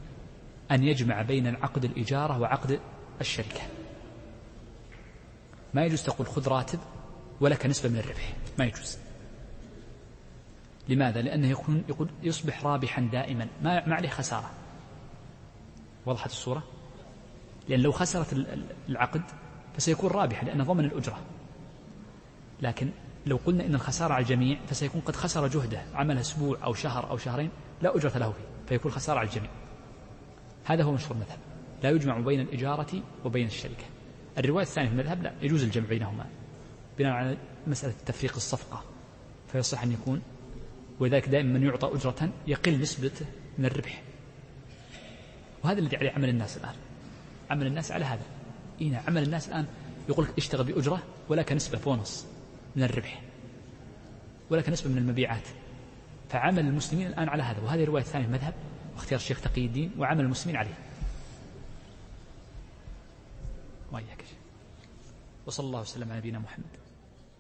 أن يجمع بين عقد الإجارة وعقد الشركة، ما يجوز تقول خذ راتب ولك نسبة من الربح، ما يجوز. لماذا؟ لأنه يكون يقول يصبح رابحا دائما، ما ما عليه خسارة. وضحت الصورة؟ لأن لو خسرت العقد فسيكون رابحا لأنه ضمن الأجرة، لكن لو قلنا إن الخسارة على الجميع فسيكون قد خسر جهده، عمل أسبوع أو شهر أو شهرين لا أجرة له فيه، فيكون خسارة على الجميع. هذا هو مشهور المذهب، لا يجمع بين الإجارة وبين الشركة. الرواية الثانية في المذهب لا يجوز الجمع بينهما بناء على مسألة تفريق الصفقة، فيصح أن يكون، وذلك دائما من يعطى أجرة يقل نسبته من الربح. وهذا الذي عليه عمل الناس الآن، عمل الناس على هذا. إيه عمل الناس الآن يقول لك اشتغل بأجرة ولك نسبة بونص من الربح ولك نسبة من المبيعات. فعمل المسلمين الآن على هذا، وهذه الرواية الثانية المذهب واختيار الشيخ تقي الدين وعمل المسلمين عليه. وإياك. وصلى الله وسلم على نبينا محمد.